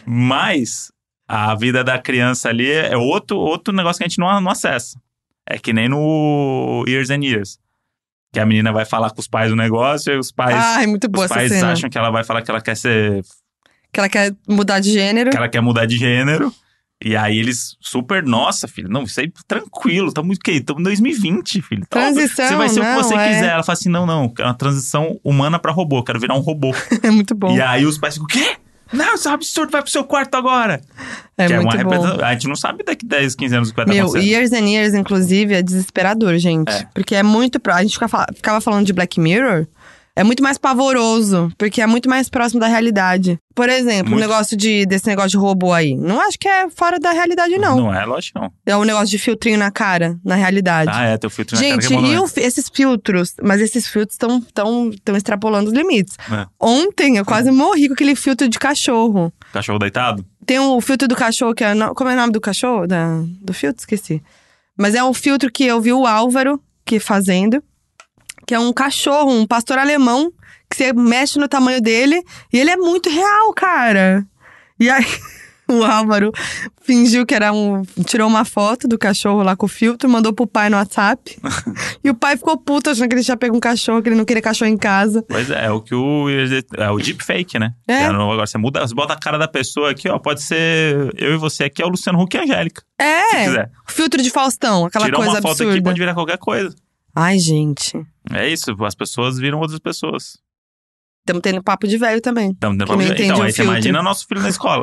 Mas a vida da criança ali é outro negócio que a gente não acessa. É que nem no Years and Years. Que a menina vai falar com os pais do negócio e os pais, Ai, muito boa os essa pais cena. acham que ela vai falar que ela quer ser… Que ela quer mudar de gênero. que ela quer mudar de gênero. E aí eles super… Nossa, filho, não, isso aí tranquilo. Estamos em 2020, filho. Tá, Transição, você vai ser o que não, você é. quiser. Ela fala assim, não. É uma transição humana pra robô. Quero virar um robô. É muito bom. E aí os pais ficam, o quê? Não, isso é um absurdo, vai pro seu quarto agora. É que muito é uma bom. representação. A gente não sabe daqui 10, 15 anos o que vai estar Meu, acontecendo. Years and Years, inclusive, é desesperador, gente. É. Porque é muito… A gente ficava falando de Black Mirror. É muito mais pavoroso, porque é muito mais próximo da realidade. Por exemplo, Muito. desse negócio de robô aí. Não acho que é fora da realidade, não. Não é, lógico não. É um negócio de filtrinho na cara, na realidade. Ah, é, teu filtro na cara Gente, que é bom, e né? esses filtros? Mas esses filtros estão extrapolando os limites. É. Ontem eu quase morri com aquele filtro de cachorro. Cachorro deitado? Tem o filtro do cachorro, que é… Como é o nome do cachorro? Do filtro? Esqueci. Mas é um filtro que eu vi o Álvaro fazendo. Que é um cachorro, um pastor alemão. Que você mexe no tamanho dele. E ele é muito real, cara. E aí… O Álvaro fingiu que era tirou uma foto do cachorro lá com o filtro, mandou pro pai no WhatsApp. E o pai ficou puto, achando que ele tinha pego um cachorro, que ele não queria cachorro em casa. Pois é o que é o deepfake, né? É. Que agora você bota a cara da pessoa aqui, ó. Pode ser eu e você aqui, é o Luciano Huck e a Angélica. Se É! quiser. Filtro de Faustão, aquela Tirar coisa uma foto absurda. aqui, pode virar qualquer coisa. Ai, gente. É isso, as pessoas viram outras pessoas. Estamos tendo papo de velho também. Então, Que não entende então o aí você filtro. imagina nosso filho na escola.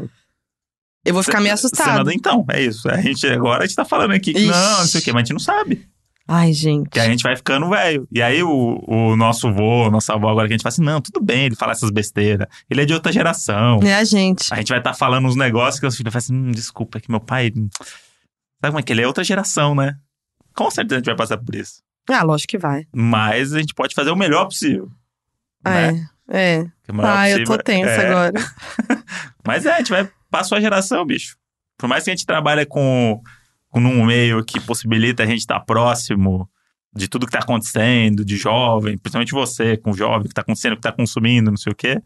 Eu vou ficar meio assustada. Então, é isso. Agora a gente tá falando aqui que Ixi. não sei o quê, mas a gente não sabe. Ai, gente. Que a gente vai ficando velho. E aí o nosso vô, nossa avó, agora que a gente fala assim, não, tudo bem ele falar essas besteiras. Ele é de outra geração. É a gente. A gente vai estar falando uns negócios que os filhos falam assim, desculpa, é que meu pai… Sabe como é que ele é outra geração, né? Com certeza a gente vai passar por isso. Ah, lógico que vai. Mas a gente pode fazer o melhor possível. Né? É. Que o melhor Ah, eu possível tô tensa é- agora. Mas a gente vai passar a geração, bicho. Por mais que a gente trabalhe com um meio que possibilita a gente estar próximo de tudo que tá acontecendo, de jovem, principalmente você, com o jovem, que tá acontecendo, que tá consumindo, não sei o quê.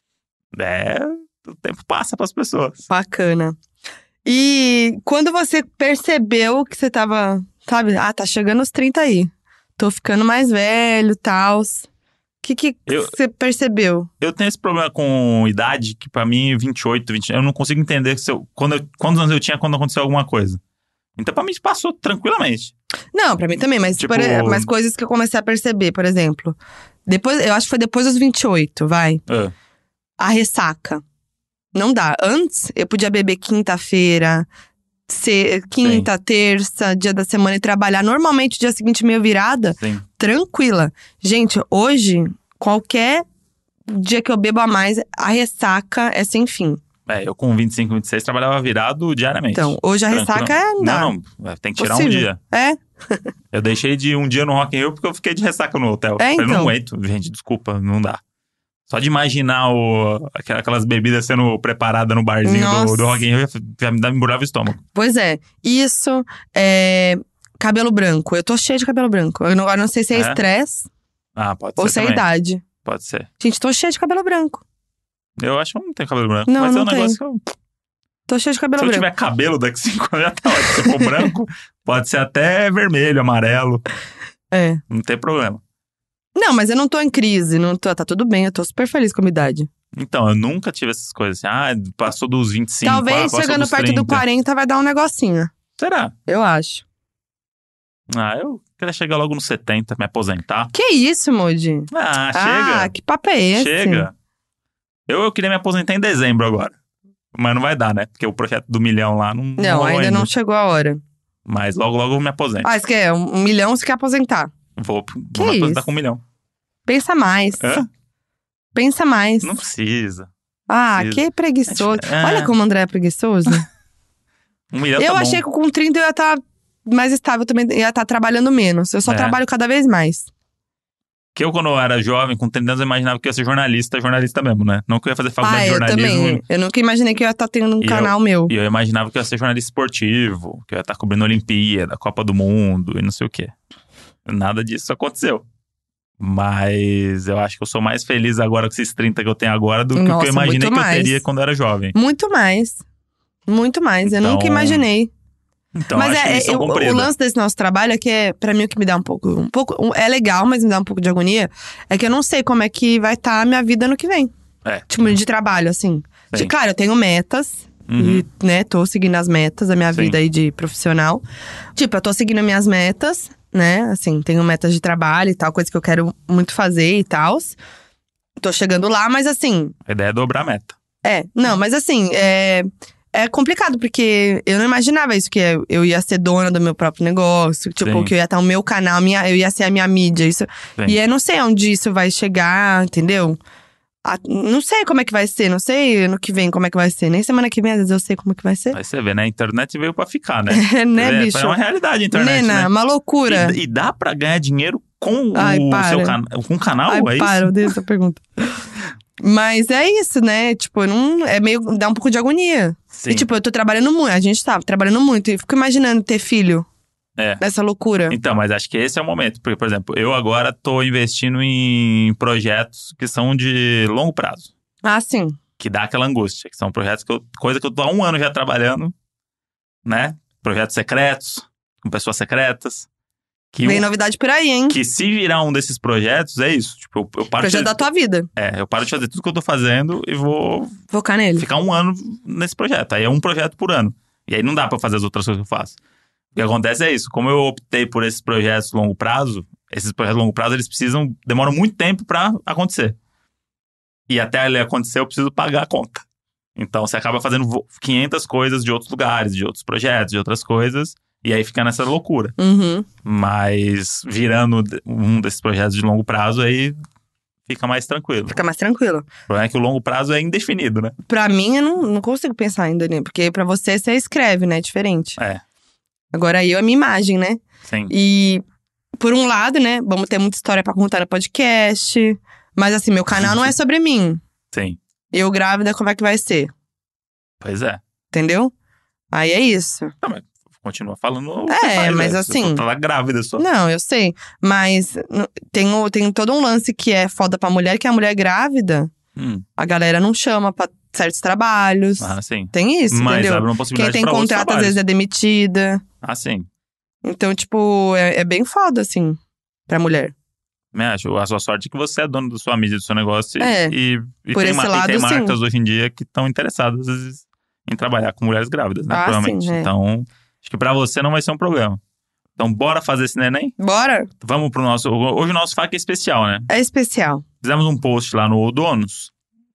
O tempo passa pras pessoas. Bacana. E quando você percebeu que você tava, sabe? Ah, tá chegando os 30 aí. Tô ficando mais velho e tal. O que você percebeu? Eu tenho esse problema com idade, que pra mim, 28, 20, eu não consigo entender quantos anos eu tinha quando aconteceu alguma coisa. Então, pra mim, passou tranquilamente. Não, pra mim também, mas, Tipo- mas coisas que eu comecei a perceber, por exemplo. Eu acho que foi depois dos 28, vai. É. A ressaca. Não dá. Antes, eu podia beber quinta-feira, quinta, terça, dia da semana e trabalhar. Normalmente, o dia seguinte, meio virada, Sim. tranquila. Gente, hoje, qualquer dia que eu bebo a mais, a ressaca é sem fim. Eu com 25, 26 trabalhava virado diariamente. Então, hoje a ressaca não dá. Não, tem que tirar um Possível. dia. É? Eu deixei de ir um dia no Rock in Rio porque eu fiquei de ressaca no hotel. É, Eu então. não aguento, gente, desculpa, não dá. Só de imaginar aquelas bebidas sendo preparadas no barzinho Nossa. do Rock in Rio já me embrulhava o estômago. Pois é. Isso, cabelo branco. Eu tô cheia de cabelo branco. Eu agora não sei se é É? estresse Ah, pode ou ser se é também. idade. Pode ser. Gente, tô cheia de cabelo branco. Eu acho que eu não tenho cabelo branco, Não, mas é não um negócio que eu… Tô cheia de cabelo Se eu branco. tiver cabelo daqui 5 anos, já tá ótimo. Se for branco, pode ser até vermelho, amarelo. É. Não tem problema. Não, mas eu não tô em crise, não tô, tá tudo bem, eu tô super feliz com a minha idade. Então, eu nunca tive essas coisas assim. Passou dos 25, Talvez passou chegando dos perto 30. do 40 vai dar um negocinho. Será? Eu acho. Eu queria chegar logo nos 70, me aposentar. Que isso, Moody? Chega. Ah, que papo é esse? Chega. Eu queria me aposentar em dezembro agora. Mas não vai dar, né? Porque o projeto do 1 milhão lá não rolou ainda não chegou a hora. Mas logo eu me aposento. Você quer 1 milhão, você quer aposentar? Vou me aposentar com 1 milhão. Pensa mais. Hã? Pensa mais. Não precisa. Que preguiçoso. Olha como o André é preguiçoso. 1 milhão Eu tá achei bom. que com 30 eu ia estar mais estável também, ia estar trabalhando menos. Eu só trabalho cada vez mais. Que eu, quando eu era jovem, com 30 anos, eu imaginava que eu ia ser jornalista mesmo, né? Não que eu ia fazer faculdade de jornalismo. Eu também. Eu nunca imaginei que eu ia estar tendo um canal meu. E eu imaginava que eu ia ser jornalista esportivo, que eu ia estar cobrindo a Olimpíada, Copa do Mundo e não sei o quê. Nada disso aconteceu. Mas eu acho que eu sou mais feliz agora com esses 30 que eu tenho agora do que o que eu imaginei que eu teria quando eu era jovem. Muito mais. Muito mais. Eu nunca imaginei. Então, mas acho que missão cumprida. O lance desse nosso trabalho é que, pra mim, o que me dá um pouco… é legal, mas me dá um pouco de agonia. É que eu não sei como é que vai estar a minha vida no que vem. Tipo, de trabalho, assim. Claro, eu tenho metas. E, né, tô seguindo as metas da minha vida aí de profissional. Tipo, eu tô seguindo minhas metas, né? Assim, tenho metas de trabalho e tal. Coisa que eu quero muito fazer e tal. Tô chegando lá, mas assim… A ideia é dobrar a meta. Não, mas assim… É complicado, porque eu não imaginava isso, que eu ia ser dona do meu próprio negócio. Tipo, que eu ia estar o meu canal, eu ia ser a minha mídia. Isso. E eu não sei onde isso vai chegar, entendeu? Não sei como é que vai ser, não sei no que vem como é que vai ser. Nem semana que vem, às vezes, eu sei como é que vai ser. Mas você vê, né? A internet veio pra ficar, né? Né, bicho? É uma realidade a internet, Nena, né? Uma loucura. E dá pra ganhar dinheiro com o seu com o canal? É isso? Eu odeio essa pergunta. Mas é isso, né? Tipo, não, dá um pouco de agonia. Sim. E tipo, eu tô trabalhando muito, a gente tá trabalhando muito. E fico imaginando ter filho. Nessa loucura. Então, mas acho que esse é o momento. Porque, por exemplo, eu agora tô investindo em projetos que são de longo prazo. Sim. Que dá aquela angústia. Que são projetos coisa que eu tô há 1 ano já trabalhando, né? Projetos secretos, com pessoas secretas. Vem novidade por aí, hein? Que se virar um desses projetos, é isso. Tipo, eu paro projeto da tua vida. Eu paro de fazer tudo que eu tô fazendo e vou… focar nele. Ficar 1 ano nesse projeto. Aí é um projeto por ano. E aí não dá pra fazer as outras coisas que eu faço. O que acontece é isso. Como eu optei por esses projetos de longo prazo, esses projetos de longo prazo, eles demoram muito tempo pra acontecer. E até ele acontecer, eu preciso pagar a conta. Então, você acaba fazendo 500 coisas de outros lugares, de outros projetos, de outras coisas… E aí fica nessa loucura. Mas virando um desses projetos de longo prazo, aí fica mais tranquilo. Fica mais tranquilo. O problema é que o longo prazo é indefinido, né? Pra mim, eu não consigo pensar ainda, né? Porque pra você escreve, né? É diferente. Agora é minha imagem, né? Sim. E, por um lado, né? Vamos ter muita história pra contar no podcast. Mas assim, meu canal não é sobre mim. Sim. Eu grávida, como é que vai ser? Pois é. Entendeu? Aí é isso. Não, mas continua falando. Mas assim… Você tá lá grávida só. Não, eu sei. Mas tem todo um lance que é foda pra mulher, que a mulher grávida, a galera não chama pra certos trabalhos. Sim. Tem isso, mas entendeu? Abre uma possibilidade Quem tem pra contrato, às vezes, é demitida. Sim. Então, tipo, é bem foda, assim, pra mulher. Acho a sua sorte é que você é dono da sua mídia, do seu negócio. E por tem, esse lado, tem marcas sim. hoje em dia que estão interessadas, às vezes, em trabalhar com mulheres grávidas, né? Provavelmente. Sim, Então, acho que pra você não vai ser um problema. Então, bora fazer esse neném? Bora! Vamos pro nosso… Hoje o nosso FAQ é especial, né? É especial. Fizemos um post lá no Donos,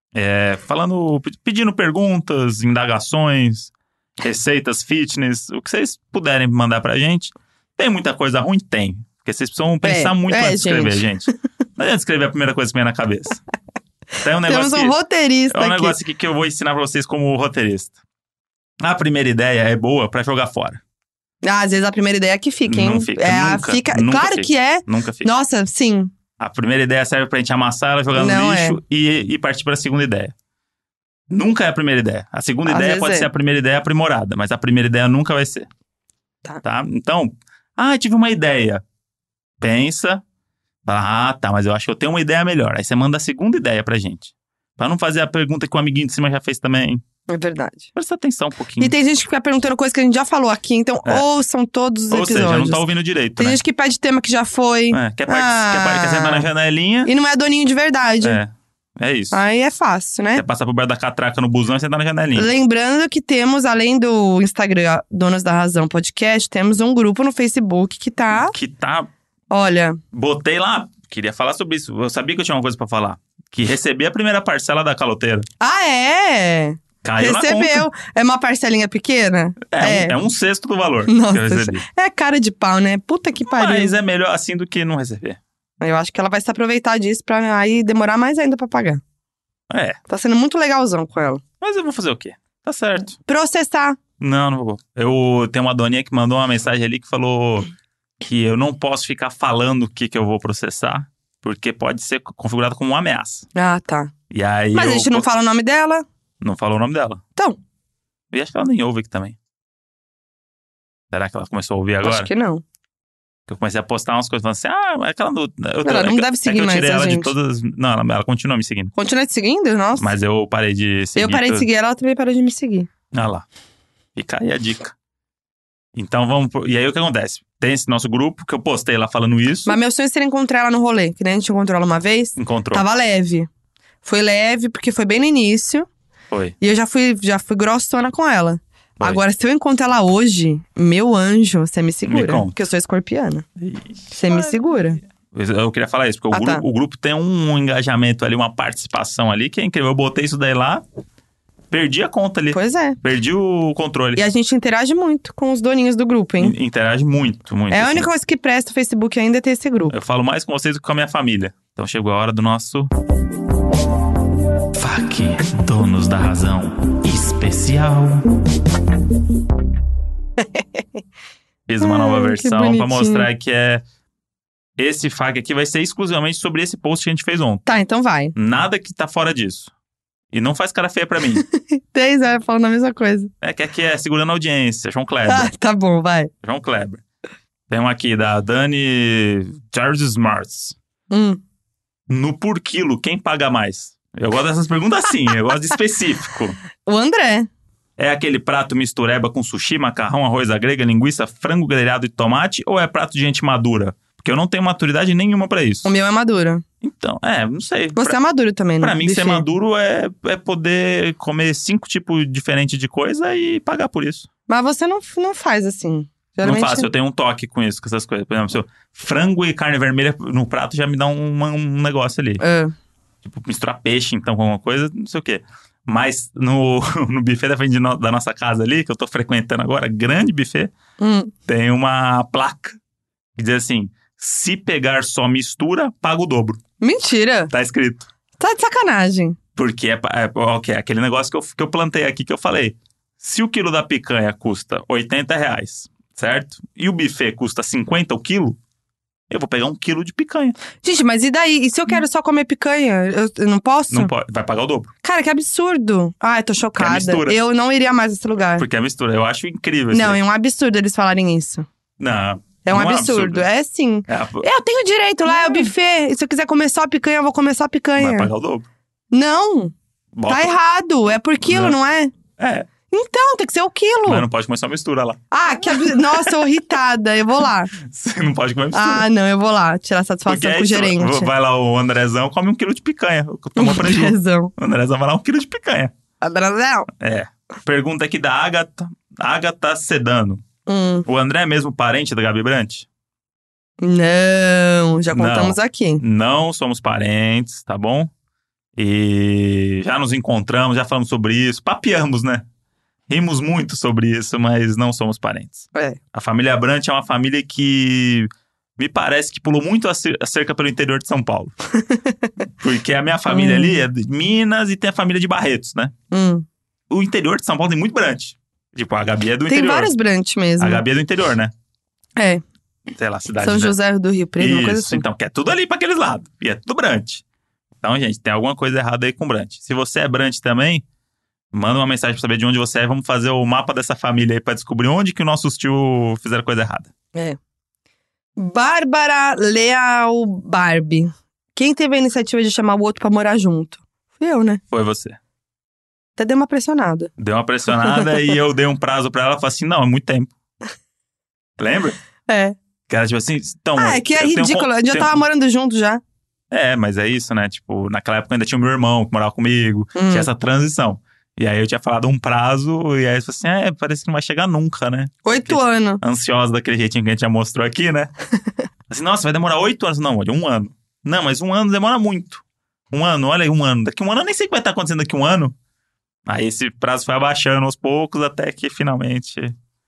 pedindo perguntas, indagações, receitas fitness, o que vocês puderem mandar pra gente. Tem muita coisa ruim? Tem. Porque vocês precisam pensar muito antes de escrever, gente. Não adianta escrever a primeira coisa que vem na cabeça. Tem um negócio Temos um roteirista aqui. É um negócio aqui que eu vou ensinar pra vocês como roteirista. A primeira ideia é boa pra jogar fora. Às vezes a primeira ideia é que fica, hein? Não fica, nunca claro fica. Que é. Nunca fica. Nossa, sim. A primeira ideia serve pra gente amassar ela, jogar no lixo e partir pra segunda ideia. Nunca é a primeira ideia. A segunda ideia pode ser a primeira ideia aprimorada, mas a primeira ideia nunca vai ser. Tá? Então, tive uma ideia. Pensa. Fala, mas eu acho que eu tenho uma ideia melhor. Aí você manda a segunda ideia pra gente. Pra não fazer a pergunta que o amiguinho de cima já fez também. É verdade. Presta atenção um pouquinho. E tem gente que fica perguntando coisas que a gente já falou aqui, então ouçam todos os episódios. Ou seja, não tá ouvindo direito, Tem né? gente que pede tema que já foi. Quer sentar na janelinha. E não é doninho de verdade. É isso. Aí é fácil, né? Quer passar por baixo da catraca no busão e sentar na janelinha. Lembrando que temos, além do Instagram Donas da Razão Podcast, temos um grupo no Facebook que tá… Olha… Botei lá, queria falar sobre isso. Eu sabia que eu tinha uma coisa pra falar. Que recebi a primeira parcela da caloteira. Ah, é? Caiu Recebeu. na conta. É uma parcelinha pequena? É um sexto do valor Nossa, que eu recebi. É cara de pau, né? Puta que pariu. Mas é melhor assim do que não receber. Eu acho que ela vai se aproveitar disso pra aí demorar mais ainda pra pagar. Tá sendo muito legalzão com ela. Mas eu vou fazer o quê? Tá certo. Processar. Não vou. Eu tenho uma doninha que mandou uma mensagem ali que falou que eu não posso ficar falando o que eu vou processar, porque pode ser configurado como uma ameaça. Ah, tá. E aí Mas a gente não fala o nome dela? Não falou o nome dela. Então. E acho que ela nem ouve aqui também. Será que ela começou a ouvir agora? Acho que não. Eu comecei a postar umas coisas falando assim, é aquela… Ela não deve seguir mais eu tirei a ela gente. de todas… Não, ela continua me seguindo. Continua te seguindo? Nossa. Mas eu parei de seguir. Eu parei de seguir ela também parou de me seguir. Ah lá. Fica aí a dica. Então E aí o que acontece? Tem esse nosso grupo que eu postei lá falando isso. Mas meu sonho seria encontrar ela no rolê, que nem a gente encontrou ela uma vez. Encontrou. Tava leve. Foi leve, porque foi bem no início. Foi. E eu já fui grossona com ela. Foi. Agora, se eu encontrar ela hoje, meu anjo, você me segura. Me conta. Porque eu sou escorpiana. Você me segura. Eu queria falar isso, porque o grupo tem um engajamento ali, uma participação ali que é incrível. Eu botei isso daí lá, perdi a conta ali. Pois é. Perdi o controle. E a gente interage muito com os doninhos do grupo, hein? Interage muito, muito. É a assim. única coisa que presta o Facebook ainda é ter esse grupo. Eu falo mais com vocês do que com a minha família. Então chegou a hora do nosso… FAQ, Donos da Razão especial. Fiz uma nova versão pra mostrar que esse FAQ aqui vai ser exclusivamente sobre esse post que a gente fez ontem. Tá, então vai. Nada que tá fora disso. E não faz cara feia pra mim. 3 horas falando a mesma coisa. Que aqui é segurando a audiência, João Kleber. Ah, tá bom, vai. João Kleber. Tem uma aqui da Dani Charles Smarts. No por quilo, quem paga mais? Eu gosto dessas perguntas assim, eu gosto de específico. O André. É aquele prato mistureba com sushi, macarrão, arroz à grega, linguiça, frango grelhado e tomate? Ou é prato de gente madura? Porque eu não tenho maturidade nenhuma pra isso. O meu é maduro. Então, não sei. Você é maduro também, né? Pra mim, ser maduro é poder comer 5 tipos diferentes de coisa e pagar por isso. Mas você não faz assim. Geralmente… Não faço, eu tenho um toque com isso, com essas coisas. Por exemplo, se eu, frango e carne vermelha no prato já me dá um negócio ali. Tipo, misturar peixe, então, com alguma coisa, não sei o quê. Mas no buffet da nossa casa ali, que eu tô frequentando agora, grande buffet, tem uma placa que diz assim, se pegar só mistura, paga o dobro. Mentira! Tá escrito. Tá de sacanagem. Porque é aquele negócio que eu plantei aqui, que eu falei. Se o quilo da picanha custa R$80, certo? E o buffet custa 50 o quilo, eu vou pegar 1 quilo de picanha. Gente, mas e daí? E se eu quero só comer picanha? Eu não posso? Não pode, vai pagar o dobro. Cara, que absurdo. Ai, tô chocada. mistura. Eu não iria mais nesse lugar. Porque é mistura, eu acho incrível. Não, é um absurdo eles falarem isso. Não. É um não absurdo. É sim. Eu tenho direito lá, é o buffet. E se eu quiser comer só picanha, eu vou comer só picanha. Vai pagar o dobro. Não. Tá errado. É por quilo, não é? É. Então, tem que ser o quilo. Mas não pode comer só mistura lá. Ah, que absurdo. Nossa, eu irritada. Eu vou lá. Você não pode comer mistura. Ah, não, eu vou lá tirar satisfação com o gerente. Vai lá o Andrezão, come 1 quilo de picanha. Toma pra gente. Andrezão. O Andrezão vai lá 1 quilo de picanha. Andrezão. Pergunta aqui da Agatha Sedano. O André é mesmo parente da Gabi Brant? Não, já contamos aqui. Não somos parentes, tá bom? E já nos encontramos, já falamos sobre isso. Papeamos, né? Rimos muito sobre isso, mas não somos parentes. A família Brant é uma família que me parece que pulou muito a cerca pelo interior de São Paulo. Porque a minha família ali é de Minas e tem a família de Barretos, né? O interior de São Paulo tem muito Brant. Tipo, a Gabi é do interior. Tem vários Brant mesmo. A Gabi é do interior, né? Sei lá, cidade… São José do Rio Preto, uma coisa assim. Então, que é tudo ali pra aqueles lados. E é tudo Brant. Então, gente, tem alguma coisa errada aí com Brant. Se você é Brant também, manda uma mensagem pra saber de onde você é. Vamos fazer o mapa dessa família aí pra descobrir onde que nossos tios fizeram coisa errada. Bárbara Leal Barbie. Quem teve a iniciativa de chamar o outro pra morar junto? Fui eu, né? Foi você. Até deu uma pressionada. Deu uma pressionada e eu dei um prazo pra ela. Falei assim, não, é muito tempo. Lembra? É. Que era tipo assim, então... é que é ridículo. A gente já tava morando junto já. Mas é isso, né? Tipo, naquela época ainda tinha o meu irmão que morava comigo. Tinha essa transição. E aí eu tinha falado um prazo, e aí eu falei assim, parece que não vai chegar nunca, né? 8 anos. Ansiosa daquele jeitinho que a gente já mostrou aqui, né? Assim, nossa, vai demorar 8 anos. Não, olha, 1 ano. Não, mas 1 ano demora muito. 1 ano, olha aí, 1 ano. Daqui 1 ano eu nem sei o que vai estar acontecendo daqui 1 ano. Aí esse prazo foi abaixando aos poucos, até que finalmente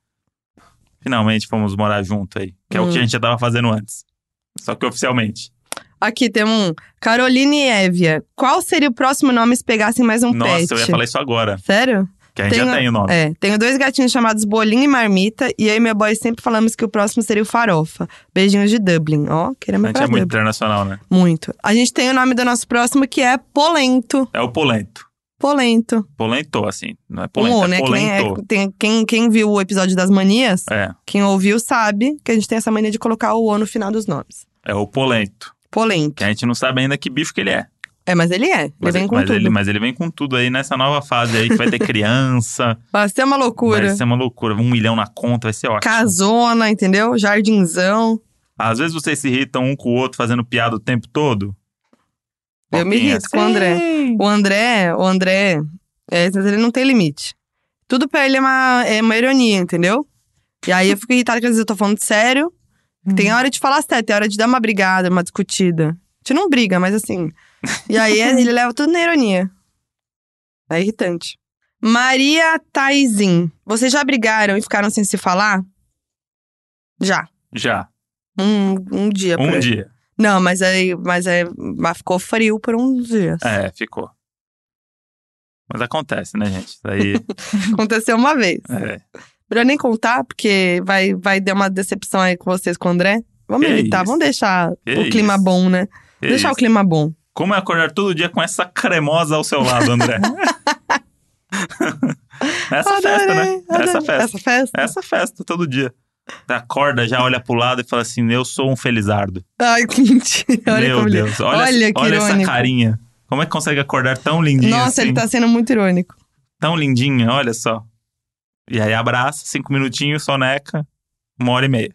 fomos morar junto aí. Que é o que a gente já tava fazendo antes. Só que oficialmente. Aqui tem Caroline e Évia. Qual seria o próximo nome se pegassem mais um pet? Nossa, eu ia falar isso agora. Sério? Que a gente já tem o nome. Tenho 2 gatinhos chamados Bolinha e Marmita. E eu e meu boy sempre falamos que o próximo seria o Farofa. Beijinhos de Dublin. Ó, queremos ir pra A gente é muito Dublin. internacional, né? Muito. A gente tem o nome do nosso próximo que é Polento. É o Polento. Polento. Polentou, assim. Não é polento, né? polentou. Quem viu o episódio das manias, quem ouviu sabe que a gente tem essa mania de colocar o O no final dos nomes. É o polento. Polento. Que a gente não sabe ainda que bicho que ele é. Mas ele é. Ele vem com tudo. Mas ele vem com tudo aí nessa nova fase aí, que vai ter criança. Vai ser uma loucura. Vai ser uma loucura. 1 milhão na conta, vai ser ótimo. Casona, entendeu? Jardinzão. Às vezes vocês se irritam um com o outro fazendo piada o tempo todo. Eu me irrito com o André. O André, ele não tem limite. Tudo pra ele é uma ironia, entendeu? E aí eu fico irritada que às vezes eu tô falando sério. Tem hora de falar sério, tem hora de dar uma brigada, uma discutida. A gente não briga, mas assim. E aí ele leva tudo na ironia. É irritante. Maria Taizin. Vocês já brigaram e ficaram sem se falar? Já. Já. Um dia. Um dia. Não, mas ficou frio por uns dias. Ficou. Mas acontece, né, gente? Isso aí... Aconteceu uma vez. Melhor nem contar, porque vai dar uma decepção aí com vocês com o André. Vamos evitar, vamos deixar o clima bom, né? Deixar o clima bom. Como é acordar todo dia com essa cremosa ao seu lado, André? Festa, né? Essa festa, todo dia. Você acorda, já olha pro lado e fala assim, eu sou um felizardo. Ai, que mentira. Meu Deus, olha essa carinha. Como é que consegue acordar tão lindinho Nossa, assim? ele tá sendo muito irônico. Tão lindinha, olha só. E aí abraça, 5 minutinhos, soneca, 1h30.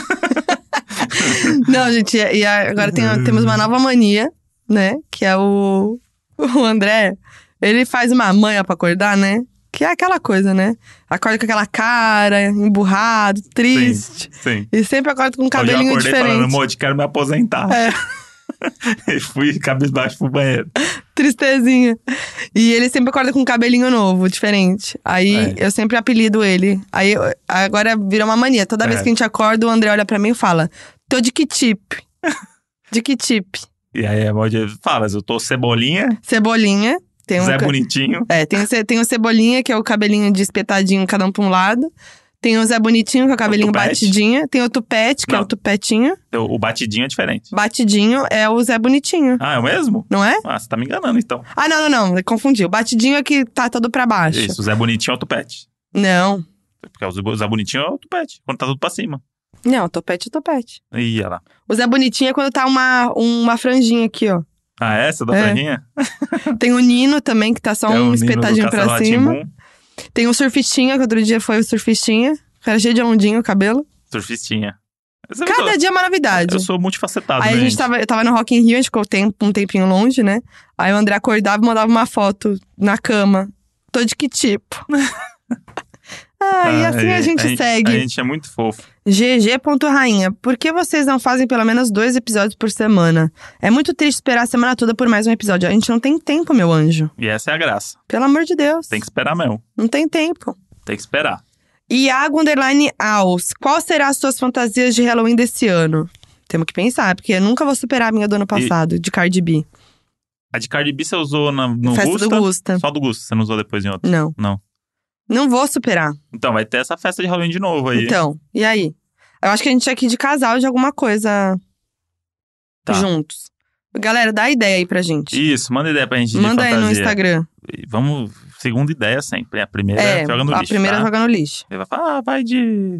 Não, gente, e agora temos uma nova mania, né? Que é o André. Ele faz uma manha pra acordar, né? Que é aquela coisa, né? Acorda com aquela cara, emburrado, triste. Sim. E sempre acorda com um cabelinho diferente. Eu acordei falando, amor, quero me aposentar. E fui cabisbaixo pro banheiro. Tristezinha. E ele sempre acorda com um cabelinho novo, diferente. Aí eu sempre apelido ele. Aí agora virou uma mania. Toda vez que a gente acorda, o André olha pra mim e fala: tô de que tipo? De que tipo? E aí fala, eu tô Cebolinha. Cebolinha. Tem Zé Bonitinho. Tem o Cebolinha, que é o cabelinho de espetadinho, cada um pra um lado. Tem o Zé Bonitinho, que é o cabelinho batidinho. Tem o Tupete, que é o Tupetinho. O Batidinho é diferente. Batidinho é o Zé Bonitinho. Ah, é o mesmo? Não é? Ah, você tá me enganando, então. Ah, não. Confundi. O Batidinho é que tá todo pra baixo. Isso, o Zé Bonitinho é o Tupete. Não. Porque o Zé Bonitinho é o Tupete, quando tá tudo pra cima. Não, o Tupete é o Tupete. Ih, olha lá. O Zé Bonitinho é quando tá uma franjinha aqui, ó. Ah, essa da franjinha? Tem o Nino também, que tá só um espetadinho pra cima. Tem o Surfistinha, que outro dia foi o Surfistinha. Era cheio de ondinho o cabelo. Surfistinha. Cada dia é uma novidade. Eu sou multifacetado, Aí né, eu tava no Rock in Rio, a gente ficou um tempinho longe, né? Aí o André acordava e mandava uma foto na cama. Tô de que tipo? E assim a gente segue. A gente é muito fofo. GG.rainha, por que vocês não fazem pelo menos 2 episódios por semana? É muito triste esperar a semana toda por mais um episódio. A gente não tem tempo, meu anjo. E essa é a graça. Pelo amor de Deus. Tem que esperar mesmo. Não tem tempo. Tem que esperar. Iago_Aus, qual será as suas fantasias de Halloween desse ano? Temos que pensar, porque eu nunca vou superar a minha do ano passado, de Cardi B. A de Cardi B você usou no Festa Gusta? do Gusta. Só do Gusta, você não usou depois em outro? Não. Não vou superar. Então, vai ter essa festa de Halloween de novo aí. Então, e aí? Eu acho que a gente tinha que ir de casal de alguma coisa juntos. Galera, dá ideia aí pra gente. Isso, manda ideia pra gente. Manda aí no Instagram. Vamos, segunda ideia sempre. A primeira joga no lixo. A primeira joga no lixo. Ele vai falar, vai de...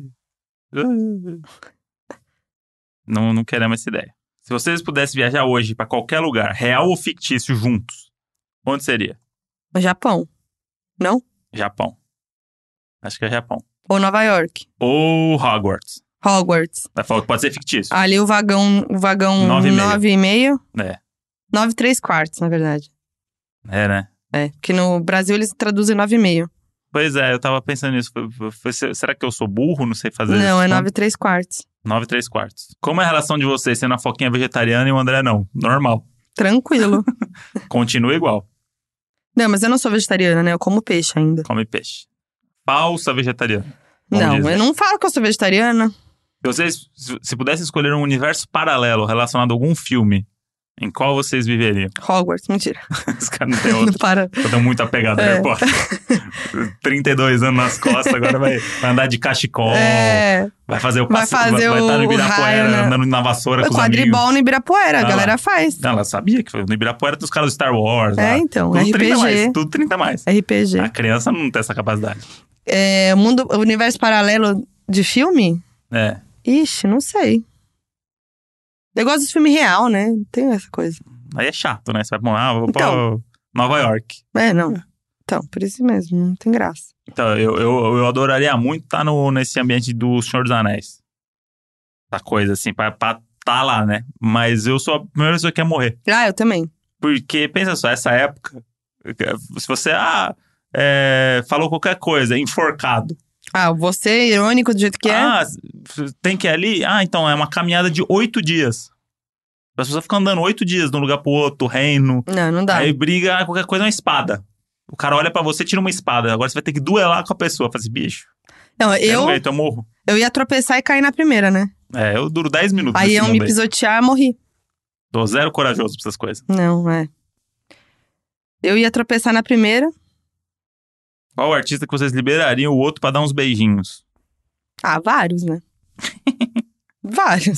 Não queremos essa ideia. Se vocês pudessem viajar hoje pra qualquer lugar, real ou fictício, juntos, onde seria? O Japão. Não? Japão. Acho que é Japão. Ou Nova York? Ou Hogwarts. Hogwarts. Ela falou que pode ser fictício. Ali o vagão 9,5. 9 3/4, na verdade. É, né? É, porque no Brasil eles traduzem 9,5. Pois é, eu tava pensando nisso. Será que eu sou burro? Não sei fazer isso. Não, é 9 3/4. 9 3/4. Como é a relação de vocês sendo a Foquinha vegetariana e o André não? Normal. Tranquilo. Continua igual. Não, mas eu não sou vegetariana, né? Eu como peixe ainda. Come peixe. Falsa vegetariana. Não, eu não falo que eu sou vegetariana. Vocês, se pudessem escolher um universo paralelo relacionado a algum filme, em qual vocês viveriam? Hogwarts, mentira. Os caras não tem outro. Não para. Estão muito apegados a Harry Potter. 32 anos nas costas, agora vai andar de cachecol. Vai fazer o Vai estar no Ibirapuera, raio, andando na vassoura com os amigos. Quadribol no Ibirapuera, a galera faz. Não, ela sabia que foi no Ibirapuera dos caras do Star Wars. É, lá. Então, tudo RPG. 30 mais, tudo 30 mais. RPG. A criança não tem essa capacidade. O universo paralelo de filme? É. Ixi, não sei. Eu gosto dos filmes real, né? Não tem essa coisa. Aí é chato, né? Você vai vou pra Nova York. Não. Então, por isso mesmo, não tem graça. Então, eu adoraria muito estar nesse ambiente do Senhor dos Anéis. Essa coisa, assim, pra tá lá, né? Mas eu sou a primeira pessoa que quer morrer. Ah, eu também. Porque, pensa só, essa época, se você, falou qualquer coisa, enforcado. Você é irônico do jeito que é? Tem que ir ali? Então, é uma caminhada de 8 dias. As pessoas ficam andando 8 dias de um lugar pro outro, reino. Não dá. Aí briga, qualquer coisa é uma espada. O cara olha pra você e tira uma espada. Agora você vai ter que duelar com a pessoa. Fala assim, bicho. Não, eu morro. Eu ia tropeçar e cair na primeira, né? Eu duro 10 minutos. Aí iam me pisotear, morri. Tô zero corajoso pra essas coisas. Não, eu ia tropeçar na primeira. Qual artista que vocês liberariam o outro pra dar uns beijinhos? Vários, né? Vários.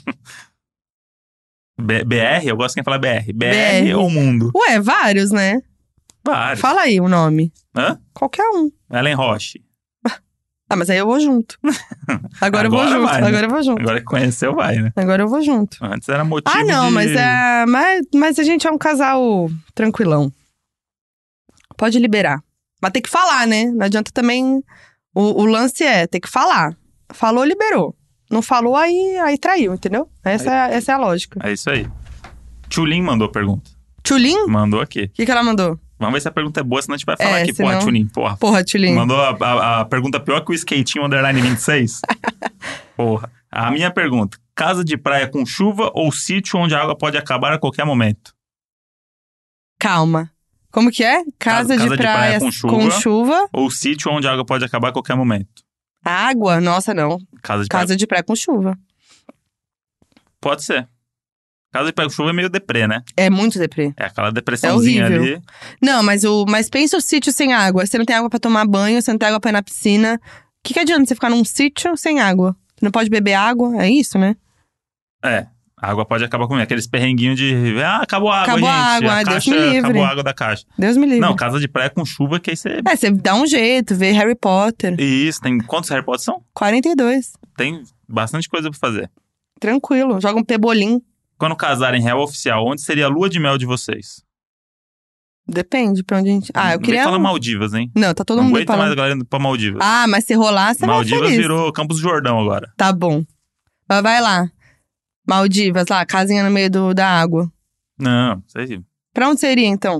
BR? Eu gosto de quem fala BR. BR ou Mundo? Ué, vários, né? Vários. Fala aí o nome. Hã? Qualquer um. Ellen Roche. Mas aí eu vou junto. Agora eu vou junto. Vai, né? Agora eu vou junto. Agora que conheceu, vai, né? Agora eu vou junto. Antes era motivo não, mas a gente é um casal tranquilão. Pode liberar. Mas tem que falar, né? Não adianta também... O lance tem que falar. Falou, liberou. Não falou, aí traiu, entendeu? Essa é a lógica. É isso aí. Tchulin mandou a pergunta. Tchulin? Mandou aqui. O que ela mandou? Vamos ver se a pergunta é boa, senão a gente vai falar aqui. Senão... Tchulin. Porra, Tchulin. Mandou a pergunta pior que o skatinho underline 26. Porra. A minha pergunta. Casa de praia com chuva ou sítio onde a água pode acabar a qualquer momento? Calma. Como que é? Casa de praia com chuva. Ou sítio onde a água pode acabar a qualquer momento? Água? Nossa, não. Casa de praia com chuva. Pode ser. Casa de praia com chuva é meio deprê, né? É muito deprê. É aquela depressãozinha ali. Não, mas pensa o sítio sem água. Você não tem água pra tomar banho, você não tem água pra ir na piscina. O que adianta você ficar num sítio sem água? Você não pode beber água? É isso, né? A água pode acabar com aqueles perrenguinhos de... acabou a água, acabou gente. A água, Deus me livre. Acabou a água da caixa. Deus me livre. Não, casa de praia com chuva, que aí você... Você dá um jeito, vê Harry Potter. Isso, tem... Quantos Harry Potter são? 42. Tem bastante coisa pra fazer. Tranquilo, joga um pebolim. Quando casarem real oficial, onde seria a lua de mel de vocês? Depende pra onde a gente... eu queria... Não falar Maldivas, hein? Não, tá todo mundo falando. Não aguenta mais a galera indo pra Maldivas. Mas se rolar, você vai Maldivas virou Campos do Jordão agora. Tá bom. Mas vai lá. Maldivas, lá, casinha no meio da água. Não, sei. Pra onde seria, então?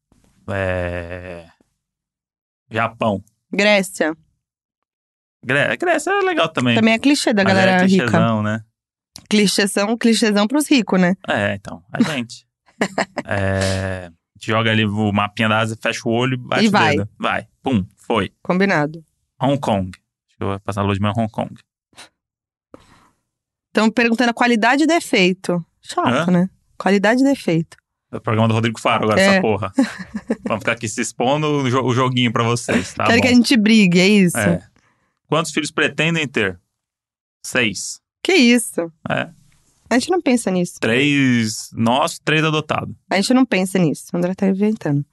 Japão. Grécia. Grécia é legal também. Também é clichê da galera rica. Clichêzão, né? Clichêzão pros ricos, né? Então, a gente. A gente joga ali o mapinha da Ásia, fecha o olho, bate e vai. o dedo. Vai. Pum, foi. Combinado. Hong Kong. Acho que eu vou passar a lua de mel em Hong Kong. Estão perguntando a qualidade e defeito. Chato, né? Qualidade e defeito. É o programa do Rodrigo Faro agora, essa porra. Vamos ficar aqui se expondo o joguinho pra vocês, tá? Quero que a gente brigue, é isso? Quantos filhos pretendem ter? 6. Que isso? A gente não pensa nisso. 3 nossos, 3 adotados. A gente não pensa nisso. O André tá inventando.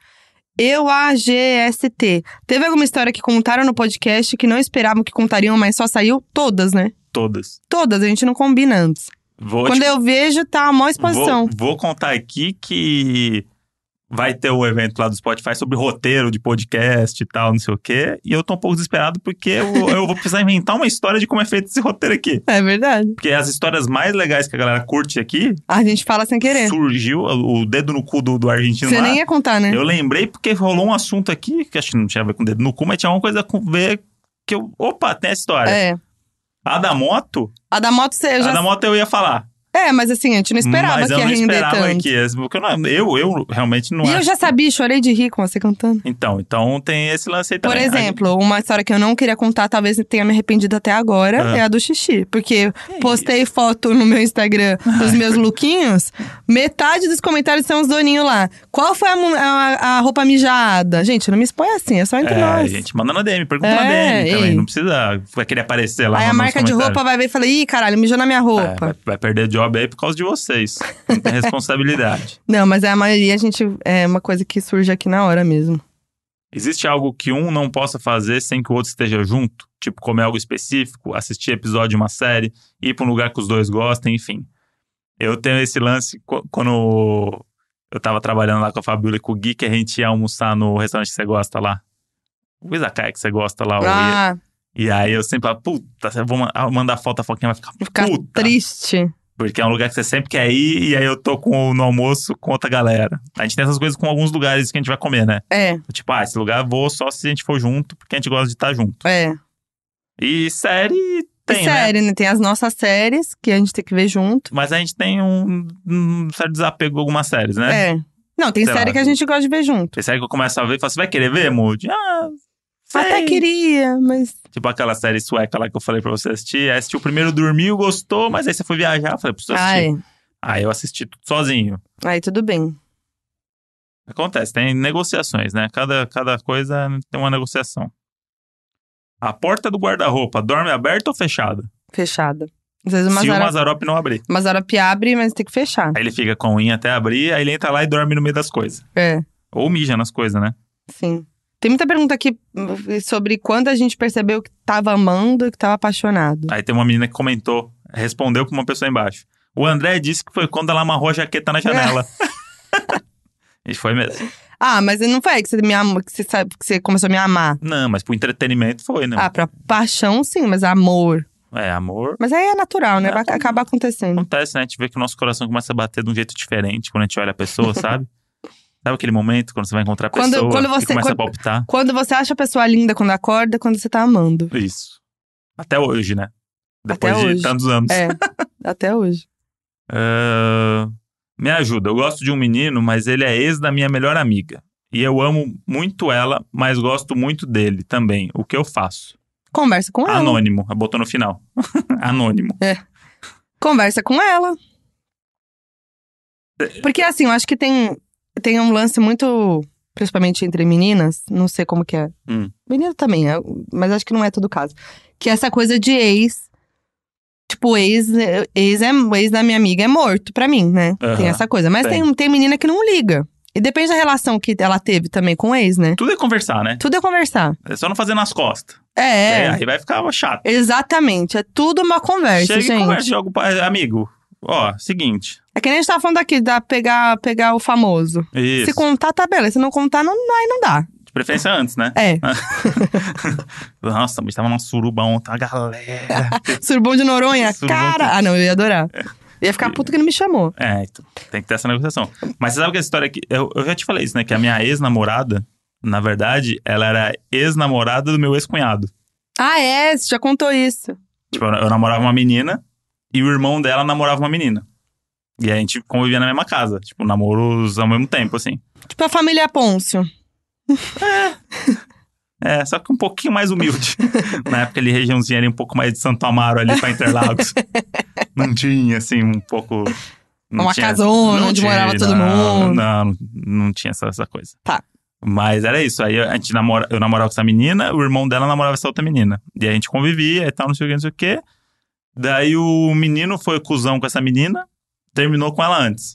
AGST. Teve alguma história que contaram no podcast que não esperavam que contariam, mas só saiu? Todas, né? Todas. Todas, a gente não combina antes. Quando eu vejo, tá a maior exposição. Vou contar aqui que vai ter um evento lá do Spotify sobre roteiro de podcast e tal, não sei o quê. E eu tô um pouco desesperado porque eu vou precisar inventar uma história de como é feito esse roteiro aqui. É verdade. Porque as histórias mais legais que a galera curte aqui... A gente fala sem querer. Surgiu o dedo no cu do argentino lá. Você nem ia contar, né? Eu lembrei porque rolou um assunto aqui, que acho que não tinha a ver com dedo no cu, mas tinha uma coisa a ver que eu... Opa, tem essa história. É. A da moto... A da moto você já... A da moto eu ia falar. É, mas assim, a gente não esperava que ia render tanto. Porque eu realmente não E acho. eu já sabia, chorei de rir com você cantando. Então tem esse lance aí Por também. exemplo, uma história que eu não queria contar, talvez tenha me arrependido até agora, é a do xixi. Porque postei foto no meu Instagram dos meus lookinhos, metade dos comentários são os doninhos lá. Qual foi a roupa mijada? Gente, não me expõe assim, é só entre nós. Gente, manda na DM, pergunta na DM também. Não precisa querer aparecer lá. Aí a marca de roupa vai ver e fala, ih, caralho, mijou na minha roupa. Vai perder job aí por causa de vocês. Não tem responsabilidade. Não, mas a maioria, é uma coisa que surge aqui na hora mesmo. Existe algo que um não possa fazer sem que o outro esteja junto? Tipo, comer algo específico, assistir episódio de uma série, ir pra um lugar que os dois gostem, enfim. Eu tenho esse lance quando eu tava trabalhando lá com a Fabiola e com o Gui, que a gente ia almoçar no restaurante que você gosta lá. O izakaya que você gosta lá. E aí eu sempre falo, puta, eu vou mandar foto, a Foquinha vai ficar puta. Triste. Porque é um lugar que você sempre quer ir, e aí eu tô no almoço com outra galera. A gente tem essas coisas com alguns lugares que a gente vai comer, né? Tipo, esse lugar eu vou só se a gente for junto, porque a gente gosta de estar junto. E série tem, né? Tem as nossas séries, que a gente tem que ver junto. Mas a gente tem um certo desapego com algumas séries, né? Não, tem série que a gente gosta de ver junto. Tem série que eu começo a ver e falo, você vai querer ver, Moody? Sei. Até queria, mas... Tipo aquela série sueca lá que eu falei pra você assistir. Aí assistiu o primeiro, dormiu, gostou, mas aí você foi viajar. Eu falei, preciso assistir. Aí eu assisti tudo sozinho. Aí tudo bem. Acontece, tem negociações, né? Cada coisa tem uma negociação. A porta do guarda-roupa dorme aberta ou fechada? Fechada. Às vezes Se o Mazzaropi não abrir. O Mazzaropi abre, mas tem que fechar. Aí ele fica com a unha até abrir, aí ele entra lá e dorme no meio das coisas. Ou mija nas coisas, né? Sim. Tem muita pergunta aqui sobre quando a gente percebeu que tava amando e que tava apaixonado. Aí tem uma menina que respondeu pra uma pessoa embaixo. O André disse que foi quando ela amarrou a jaqueta na janela. E foi mesmo. Mas não foi aí que você me amou, que você começou a me amar. Não, mas pro entretenimento foi, né? Pra paixão sim, mas amor. Amor. Mas aí é natural, né? Vai acabar acontecendo. Acontece, né? A gente vê que o nosso coração começa a bater de um jeito diferente quando a gente olha a pessoa, sabe? Sabe aquele momento quando você vai encontrar a pessoa e começa a palpitar? Quando você acha a pessoa linda quando acorda, quando você tá amando. Isso. Até hoje, né? Depois até de hoje. Tantos anos. Até hoje. Me ajuda. Eu gosto de um menino, mas ele é ex da minha melhor amiga. E eu amo muito ela, mas gosto muito dele também. O que eu faço? Conversa com ela. Anônimo. Botou no final. Anônimo. Conversa com ela. Porque assim, eu acho que tem um lance muito, principalmente entre meninas, não sei como que é. Menino também, mas acho que não é todo caso. Que é essa coisa de ex. Tipo, ex da minha amiga é morto pra mim, né? Tem essa coisa. Mas tem menina que não liga. E depende da relação que ela teve também com o ex, né? Tudo é conversar, né? Tudo é conversar. É só não fazer nas costas. Aí vai ficar chato. Exatamente. É tudo uma conversa, gente. Chega e conversa, joga amigo. Seguinte. É que nem a gente tava falando aqui, pegar o famoso. Isso. Se contar, tá beleza. Se não contar, aí não dá. De preferência antes, né? Nossa, mas tava numa suruba ontem, a galera. Surubão de Noronha? Cara! Não, eu ia adorar. Ia ficar puto que não me chamou. Então, tem que ter essa negociação. Mas você sabe que essa história aqui... Eu já te falei isso, né? Que a minha ex-namorada, na verdade, ela era ex-namorada do meu ex-cunhado. Você já contou isso. Tipo, eu namorava uma menina e o irmão dela namorava uma menina. E a gente convivia na mesma casa. Tipo, namoros ao mesmo tempo, assim. Tipo a família Pôncio. Só que um pouquinho mais humilde. Na época ali, regiãozinha ali, um pouco mais de Santo Amaro ali pra Interlagos. Não tinha, assim, um pouco... Uma casona onde morava todo mundo. Não tinha essa coisa. Tá. Mas era isso. Aí eu namorava com essa menina, o irmão dela namorava essa outra menina. E aí a gente convivia e tal, não sei o que. Daí o menino foi cuzão com essa menina, terminou com ela antes.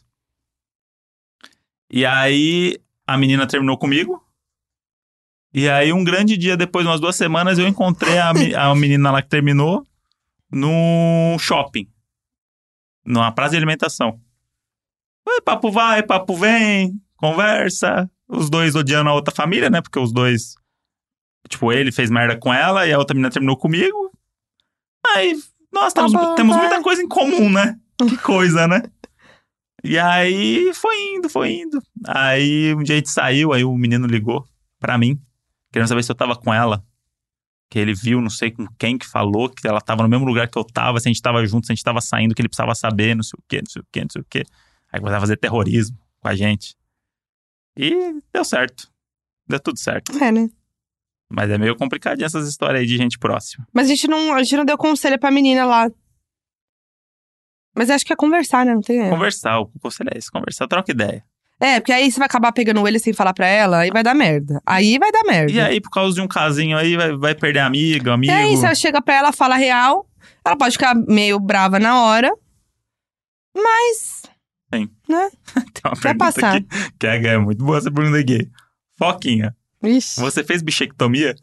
E aí a menina terminou comigo. E aí um grande dia depois, umas 2 semanas, eu encontrei a menina lá que terminou no shopping. Numa praça de alimentação. Papo vai, papo vem. conversa. Os dois odiando a outra família, né? Porque os dois... Tipo, ele fez merda com ela e a outra menina terminou comigo. Aí, nós temos muita coisa em comum, né? Que coisa, né? E aí, foi indo. Aí, um dia a gente saiu, aí o menino ligou pra mim, querendo saber se eu tava com ela. Que ele viu, não sei com quem que falou, que ela tava no mesmo lugar que eu tava, se a gente tava junto, se a gente tava saindo, que ele precisava saber, não sei o quê. Aí começava a fazer terrorismo com a gente. E deu certo. Deu tudo certo. É, né? Mas é meio complicadinho essas histórias aí de gente próxima. Mas a gente não deu conselho pra menina lá. Mas acho que é conversar, né? Não tem erro. Conversar, o conselho é esse, conversar, troca ideia. É, porque aí você vai acabar pegando ele sem falar pra ela, aí vai dar merda. E aí, por causa de um casinho aí, vai perder amigo. E aí, você chega pra ela, fala real, ela pode ficar meio brava na hora, mas... Sim. Né? Tem uma Vai pergunta passar. aqui, que é muito boa essa pergunta aqui. Foquinha, Ixi. você fez bichectomia?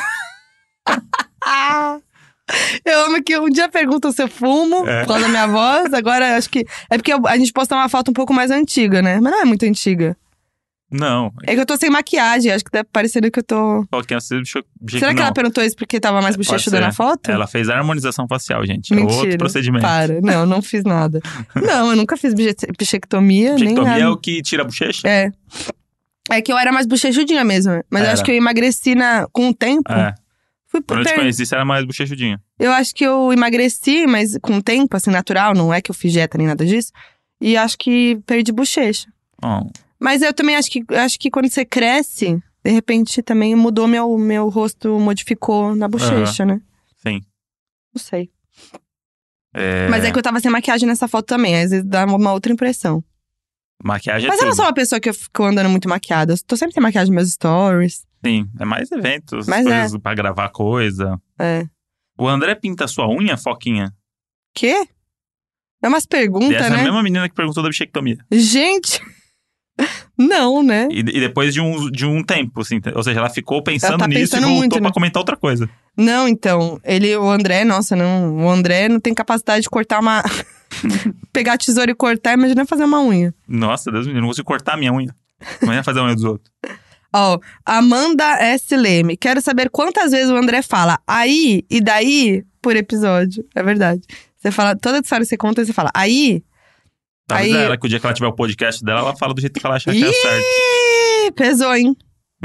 Eu amo que um dia perguntam se eu fumo, por causa da minha voz. Agora, acho que... É porque a gente posta uma foto um pouco mais antiga, né? Mas não é muito antiga. Não. É que eu tô sem maquiagem, acho que tá parecendo que eu tô... Foquinha, você fez bichectomia? Será que ela perguntou isso porque tava mais bochechuda na foto? Ela fez a harmonização facial, gente. Mentira. É outro procedimento. Para, não fiz nada. Não, eu nunca fiz bichectomia, nem Bichectomia nada. é o que tira a bochecha? É. É que eu era mais bochechudinha mesmo. Mas eu acho que eu emagreci com o tempo. É. Fui Quando eu te conheci, você era mais bochechudinha. Eu acho que eu emagreci, mas com o tempo, assim, natural. Não é que eu fiz dieta nem nada disso. E acho que perdi bochecha. Oh. Mas eu também acho que quando você cresce, de repente também mudou meu rosto, modificou na bochecha, né? Sim. Não sei. Mas é que eu tava sem maquiagem nessa foto também. Às vezes dá uma outra impressão. Maquiagem Mas é eu não tudo. sou uma pessoa que eu fico andando muito maquiada. Eu tô sempre sem maquiagem nos meus stories. Sim, é mais eventos, Mas coisas pra gravar coisa. É. O André pinta sua unha, Foquinha? Quê? É umas perguntas, Essa né? é a mesma menina que perguntou da bichectomia. Gente! Não, né? E depois de um tempo, assim. Ou seja, ela ficou pensando tá nisso pensando e voltou muito, pra né? comentar outra coisa. Não, então, o André, nossa, não. O André não tem capacidade de cortar uma... Pegar a tesoura e cortar, imagina fazer uma unha. Nossa, Deus me livre, não consigo cortar a minha unha. Imagina fazer a unha dos outros. Ó, Amanda S. Leme. Quero saber quantas vezes o André fala aí e daí por episódio. É verdade. Você fala, toda história que você conta, você fala aí. Talvez aí... ela, que o dia que ela tiver o podcast dela, ela fala do jeito que ela achar que é certo. Pesou, hein?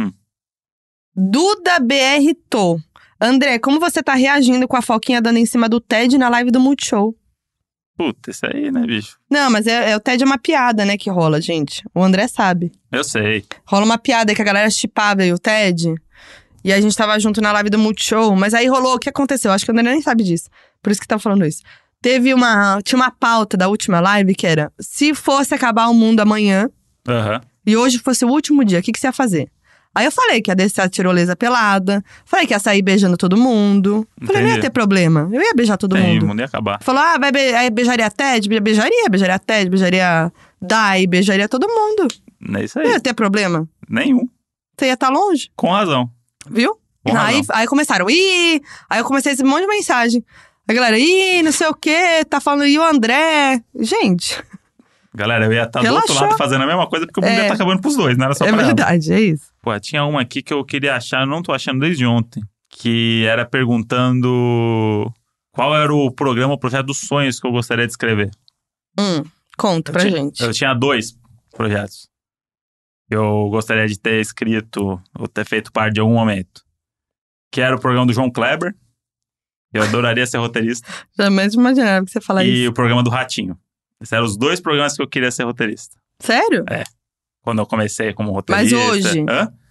Duda BR Tô. André, como você tá reagindo com a Foquinha dando em cima do Ted na live do Multishow? Puta, isso aí, né, bicho? Não, mas o Ted é uma piada, né, que rola, gente. O André sabe. Eu sei. Rola uma piada que a galera chipava e o Ted. E a gente tava junto na live do Multishow. Mas aí rolou, o que aconteceu? Acho que o André nem sabe disso. Por isso que tá falando isso. Tinha uma pauta da última live que era: se fosse acabar o mundo amanhã, e hoje fosse o último dia, o que você ia fazer? Aí eu falei que ia descer a tirolesa pelada. Falei que ia sair beijando todo mundo. Falei, não ia ter problema. Eu ia beijar todo mundo. O mundo ia acabar. Falou, aí beijaria a Ted? Beijaria a Ted, beijaria Dai, beijaria todo mundo. Não é isso aí. Não ia ter problema. Nenhum. Você ia estar longe. Com razão. Viu? Com razão. Aí começaram, aí eu comecei a receber um monte de mensagem. A galera, não sei o quê, tá falando, e o André? Gente... Galera, eu ia estar do outro lado fazendo a mesma coisa, porque o mundo ia estar acabando pros dois, não era só pra ela. É verdade, é isso. Pô, tinha uma aqui que eu queria achar, eu não tô achando desde ontem. Que era perguntando qual era o programa, o projeto dos sonhos que eu gostaria de escrever. Conta pra gente. Eu tinha 2 projetos. Eu gostaria de ter escrito, ou ter feito parte de algum momento. Que era o programa do João Kleber. Eu adoraria ser roteirista. Jamais imaginava que você falar isso. E o programa do Ratinho. Esses eram os 2 programas que eu queria ser roteirista. Sério? É. Quando eu comecei como roteirista. Mas hoje?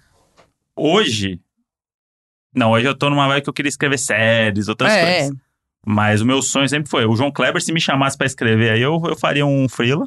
Hoje? Não, hoje eu tô numa vibe que eu queria escrever séries, outras coisas. Mas o meu sonho sempre foi, o João Kleber, se me chamasse pra escrever, aí eu faria um freela.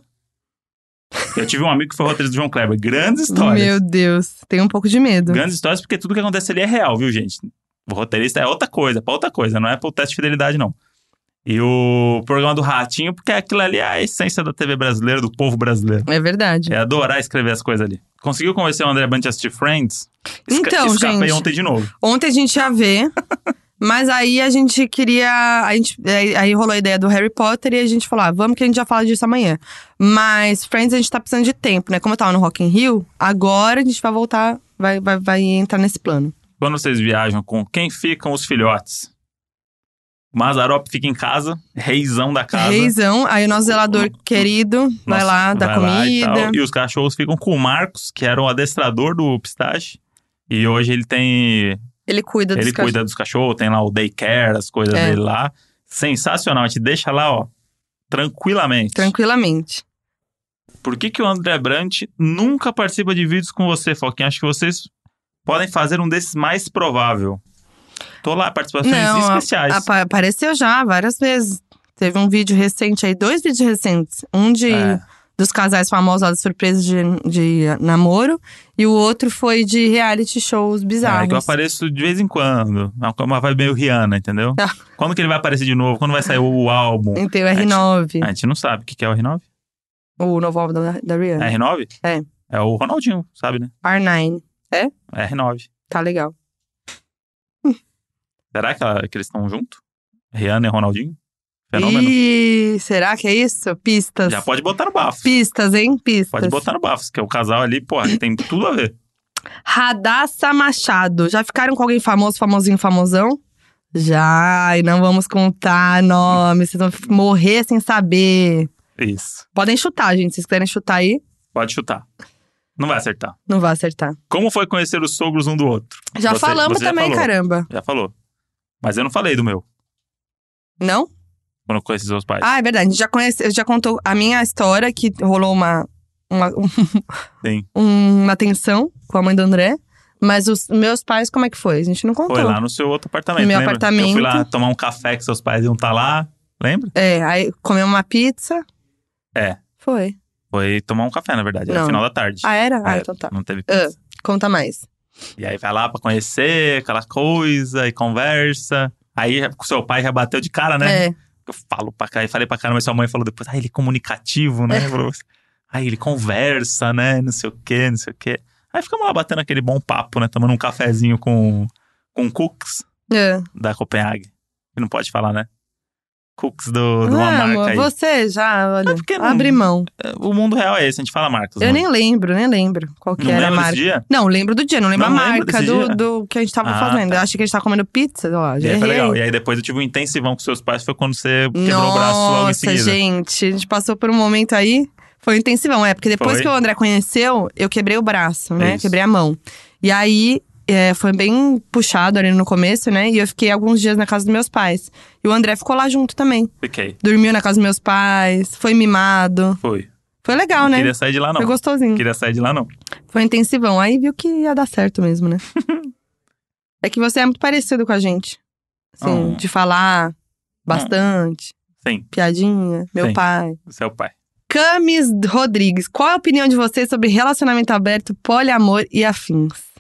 Eu tive um amigo que foi roteirista do João Kleber. Grandes histórias. Meu Deus, tenho um pouco de medo. Grandes histórias, porque tudo que acontece ali é real, viu, gente? O roteirista é outra coisa, pra outra coisa, não é pro teste de fidelidade, não. E o programa do Ratinho, porque aquilo ali é a essência da TV brasileira, do povo brasileiro. É verdade. É adorar escrever as coisas ali. Conseguiu convencer o André Bunch a assistir Friends? Então, Escapei gente, ontem de novo. Ontem a gente ia ver, Mas aí a gente queria… Aí rolou a ideia do Harry Potter e a gente falou, vamos que a gente já fala disso amanhã. Mas Friends a gente tá precisando de tempo, né? Como eu tava no Rock in Rio, agora a gente vai voltar, vai entrar nesse plano. Quando vocês viajam, com quem ficam os filhotes? O Mazzaropi fica em casa, reizão da casa. Reizão, aí o nosso zelador querido vai lá dar comida. E os cachorros ficam com o Marcos, que era o adestrador do Pistache. E hoje ele tem… Ele cuida dos cachorros, tem lá o daycare, as coisas dele lá. Sensacional, a gente deixa lá, ó, tranquilamente. Tranquilamente. Por que o André Brant nunca participa de vídeos com você, Foquinha? Acho que vocês podem fazer um desses mais provável. Tô lá, participações especiais. Apareceu já várias vezes. Teve um vídeo recente aí, 2 vídeos recentes. Um dos casais famosos lá, de surpresa de namoro. E o outro foi de reality shows bizarros. Que eu apareço de vez em quando. Uma vibe meio Rihanna, entendeu? Quando que ele vai aparecer de novo? Quando vai sair o álbum? Tem o R9. A gente não sabe o que é o R9. O novo álbum da Rihanna. R9? É. É o Ronaldinho, sabe, né? R9. É? R9. Tá legal. Será que eles estão juntos? Rihanna e Ronaldinho? Fenômeno. Será que é isso? Pistas. Já pode botar no bafo. Pistas, hein? Pistas. Pode botar no bafo, que é o casal ali, tem tudo a ver. Radassa Machado. Já ficaram com alguém famoso, famosinho, famosão? Já, e não vamos contar nome. Vocês vão morrer sem saber. Isso. Podem chutar, gente. Se vocês quiserem chutar aí. Pode chutar. Não vai acertar. Não vai acertar. Como foi conhecer os sogros um do outro? Já falamos também, caramba. Já falou. Mas eu não falei do meu. Não? Quando eu conheci seus pais. Ah, é verdade. A gente já contou a minha história, que rolou uma tensão com a mãe do André. Mas os meus pais, como é que foi? A gente não contou. Foi lá no seu outro apartamento, no meu lembra? apartamento. Eu fui lá tomar um café que seus pais iam estar lá, lembra? Aí comeu uma pizza. Foi. Foi tomar um café, na verdade. Era no final da tarde. Ah, era? Então tá. Não teve pizza. Conta mais. E aí vai lá pra conhecer, aquela coisa, e conversa. Aí o seu pai já bateu de cara, né? Eu falei pra caramba, mas sua mãe falou depois, ele é comunicativo, né? Ele conversa, né? Não sei o quê. Aí ficamos lá batendo aquele bom papo, né? Tomando um cafezinho com cookies da Copenhague. Que não pode falar, né? Cookies de uma marca aí. Você já, olha, abre mão. O mundo real é esse, a gente fala marcas. Eu nem lembro qual que era a marca. Dia? Não, lembro do dia, não lembro a marca do que a gente tava fazendo. Tá. Eu achei que a gente tava comendo pizza, ó, já foi legal. E aí depois eu tive um intensivão com seus pais, foi quando você quebrou o braço logo em seguida. Nossa, gente, a gente passou por um momento aí, foi um intensivão, porque depois que o André conheceu, eu quebrei o braço, né, quebrei a mão. E aí… foi bem puxado ali no começo, né? E eu fiquei alguns dias na casa dos meus pais. E o André ficou lá junto também. Fiquei. Dormiu na casa dos meus pais, foi mimado. Foi legal, né? Não queria sair de lá, não. Foi gostosinho. Queria sair de lá, não. Foi intensivão. Aí viu que ia dar certo mesmo, né? É que você é muito parecido com a gente. Assim, de falar bastante. Sim. Piadinha. Meu pai. Seu pai. Camis Rodrigues. Qual é a opinião de vocês sobre relacionamento aberto, poliamor e afins?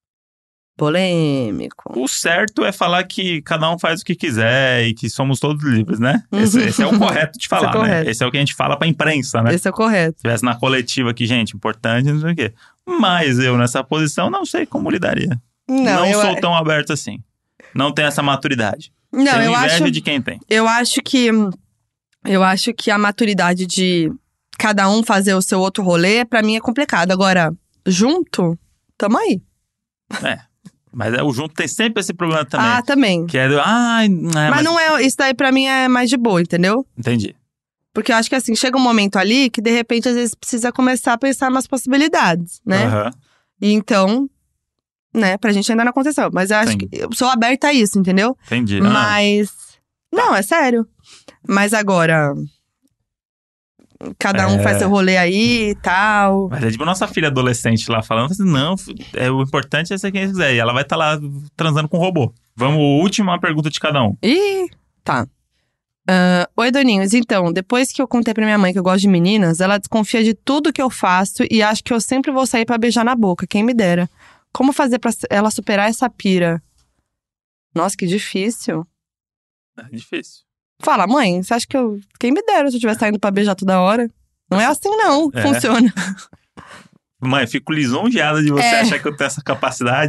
Polêmico. O certo é falar que cada um faz o que quiser e que somos todos livres, né? Esse é o correto de falar, né? Esse é o que a gente fala pra imprensa, né? Esse é o correto. Se tivesse na coletiva aqui, gente, importante, não sei o quê. Mas eu, nessa posição, não sei como lidaria. Não sou tão aberto assim. Não tenho essa maturidade. Não, tenho eu inveja acho… de quem tem. Eu acho que a maturidade de cada um fazer o seu outro rolê, pra mim, é complicado. Agora, junto, tamo aí. Mas o junto tem sempre esse problema também. Ah, também. Que é mas não é… Isso daí pra mim é mais de boa, entendeu? Entendi. Porque eu acho que assim, chega um momento ali que de repente às vezes precisa começar a pensar nas possibilidades, né? E então, né, pra gente ainda não aconteceu. Mas eu acho que eu sou aberta a isso, entendeu? Entendi. Mas… Não, é sério. Mas agora… Cada um faz seu rolê aí e tal. Mas é tipo nossa filha adolescente lá falando assim, não, o importante é ser quem quiser. E ela vai estar lá transando com o robô. Vamos, última pergunta de cada um. Ih, tá. Oi, Doninhos. Então, depois que eu contei pra minha mãe que eu gosto de meninas, ela desconfia de tudo que eu faço e acha que eu sempre vou sair pra beijar na boca. Quem me dera. Como fazer pra ela superar essa pira? Nossa, que difícil. É difícil. Fala, mãe, você acha que eu… Quem me dera se eu estivesse saindo pra beijar toda hora? Não é assim, não. Funciona. Mãe, fico lisonjeada de você achar que eu tenho essa capacidade.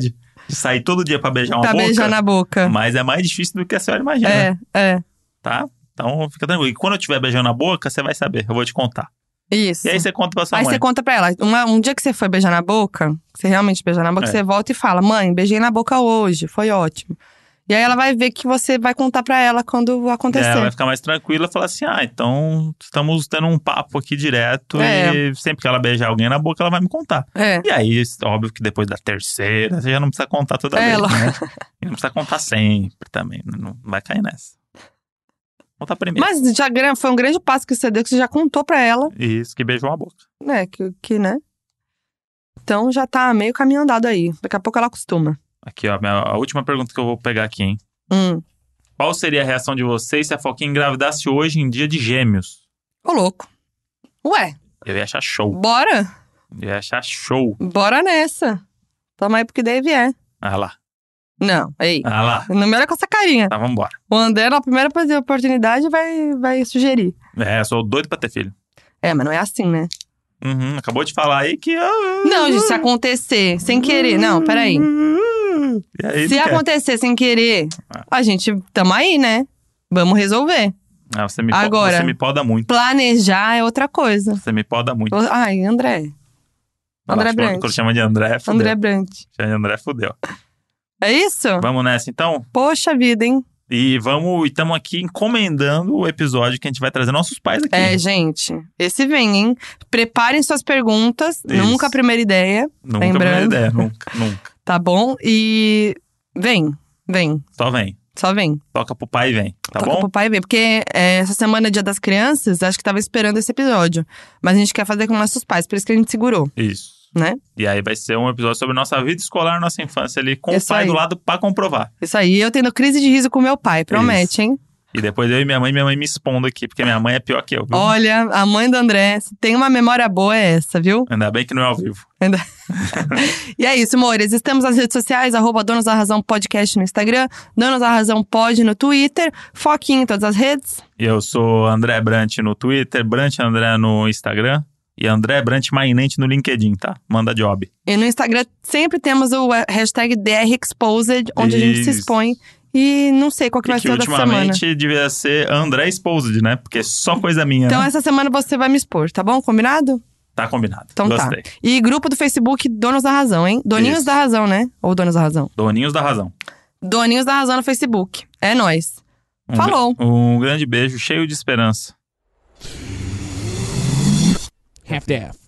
de sair todo dia pra beijar uma Pra boca. beijar na boca. Mas é mais difícil do que a senhora imagina. Tá? Então fica tranquilo. E quando eu estiver beijando na boca, você vai saber. Eu vou te contar. Isso. E aí você conta pra sua Aí mãe. você conta pra ela. Um dia que você foi beijar na boca, você realmente beijar na boca, você volta e fala: mãe, beijei na boca hoje, foi ótimo. E aí ela vai ver que você vai contar pra ela quando acontecer. Ela vai ficar mais tranquila e falar assim: então estamos tendo um papo aqui direto. E sempre que ela beijar alguém na boca, ela vai me contar. E aí, óbvio que depois da terceira, você já não precisa contar toda vez, né? E não precisa contar sempre também. Não vai cair nessa. Contar primeiro. Mas já foi um grande passo que você deu, que você já contou pra ela. Isso, que beijou a boca. Que né? Então já tá meio caminho andado aí. Daqui a pouco ela acostuma. Aqui, ó, a última pergunta que eu vou pegar aqui, hein? Qual seria a reação de vocês se a Foquinha engravidasse hoje em dia de gêmeos? Ô, louco. Ué. Eu ia achar show. Bora. Eu ia achar show. Bora nessa. Toma aí porque daí vier. Ah lá. Não, aí. Ah lá. Não me olha com essa carinha. Tá, vambora. O André, na primeira oportunidade, vai sugerir. Eu sou doido pra ter filho. Mas não é assim, né? Acabou de falar aí que... Não, gente, se acontecer sem querer... Não, peraí. Aí, se acontecer sem querer, a gente... Tamo aí, né? Vamos resolver. Você me poda muito. Planejar é outra coisa. Você me poda muito. Ai, André. André Brant. Quando chama de André, fudeu. André Brant. Chama de André, fudeu. É isso? Vamos nessa, então? Poxa vida, hein? E estamos aqui encomendando o episódio que a gente vai trazer nossos pais aqui. Gente, esse vem, hein? Preparem suas perguntas. Isso. Nunca a primeira ideia. Nunca lembrando. A primeira ideia, nunca. Tá bom? E vem. Só vem. Toca pro pai e vem, tá bom? Toca pro pai e vem. Porque essa semana é Dia das Crianças, acho que tava esperando esse episódio. Mas a gente quer fazer com nossos pais, por isso que a gente segurou. Isso. Né? E aí vai ser um episódio sobre nossa vida escolar, nossa infância ali, com o pai do lado pra comprovar. Isso aí, eu tendo crise de riso com meu pai, promete, hein? E depois eu e minha mãe me expondo aqui, porque minha mãe é pior que eu, viu? Olha, a mãe do André, se tem uma memória boa é essa, viu? Ainda bem que não é ao vivo. E é isso, amores. Estamos nas redes sociais, @Donos da Razão Podcast no Instagram, Donos da Razão Pod no Twitter, Foquinha em todas as redes. E eu sou André Brant no Twitter, Brant André no Instagram. E André Brant Mainente no LinkedIn, tá? Manda job. E no Instagram sempre temos o hashtag DRExposed, onde a gente se expõe. E não sei qual que vai ser da semana. Ultimamente devia ser André Exposed, né? Porque é só coisa minha, Então né? essa semana você vai me expor, tá bom? Combinado? Tá combinado. Então gostei. Tá. E grupo do Facebook Donos da Razão, hein? Doninhos Isso. da Razão, né? Ou Donos da Razão? Doninhos da Razão. Doninhos da Razão no Facebook. É nóis. Falou. Um grande beijo, cheio de esperança. Half-Death.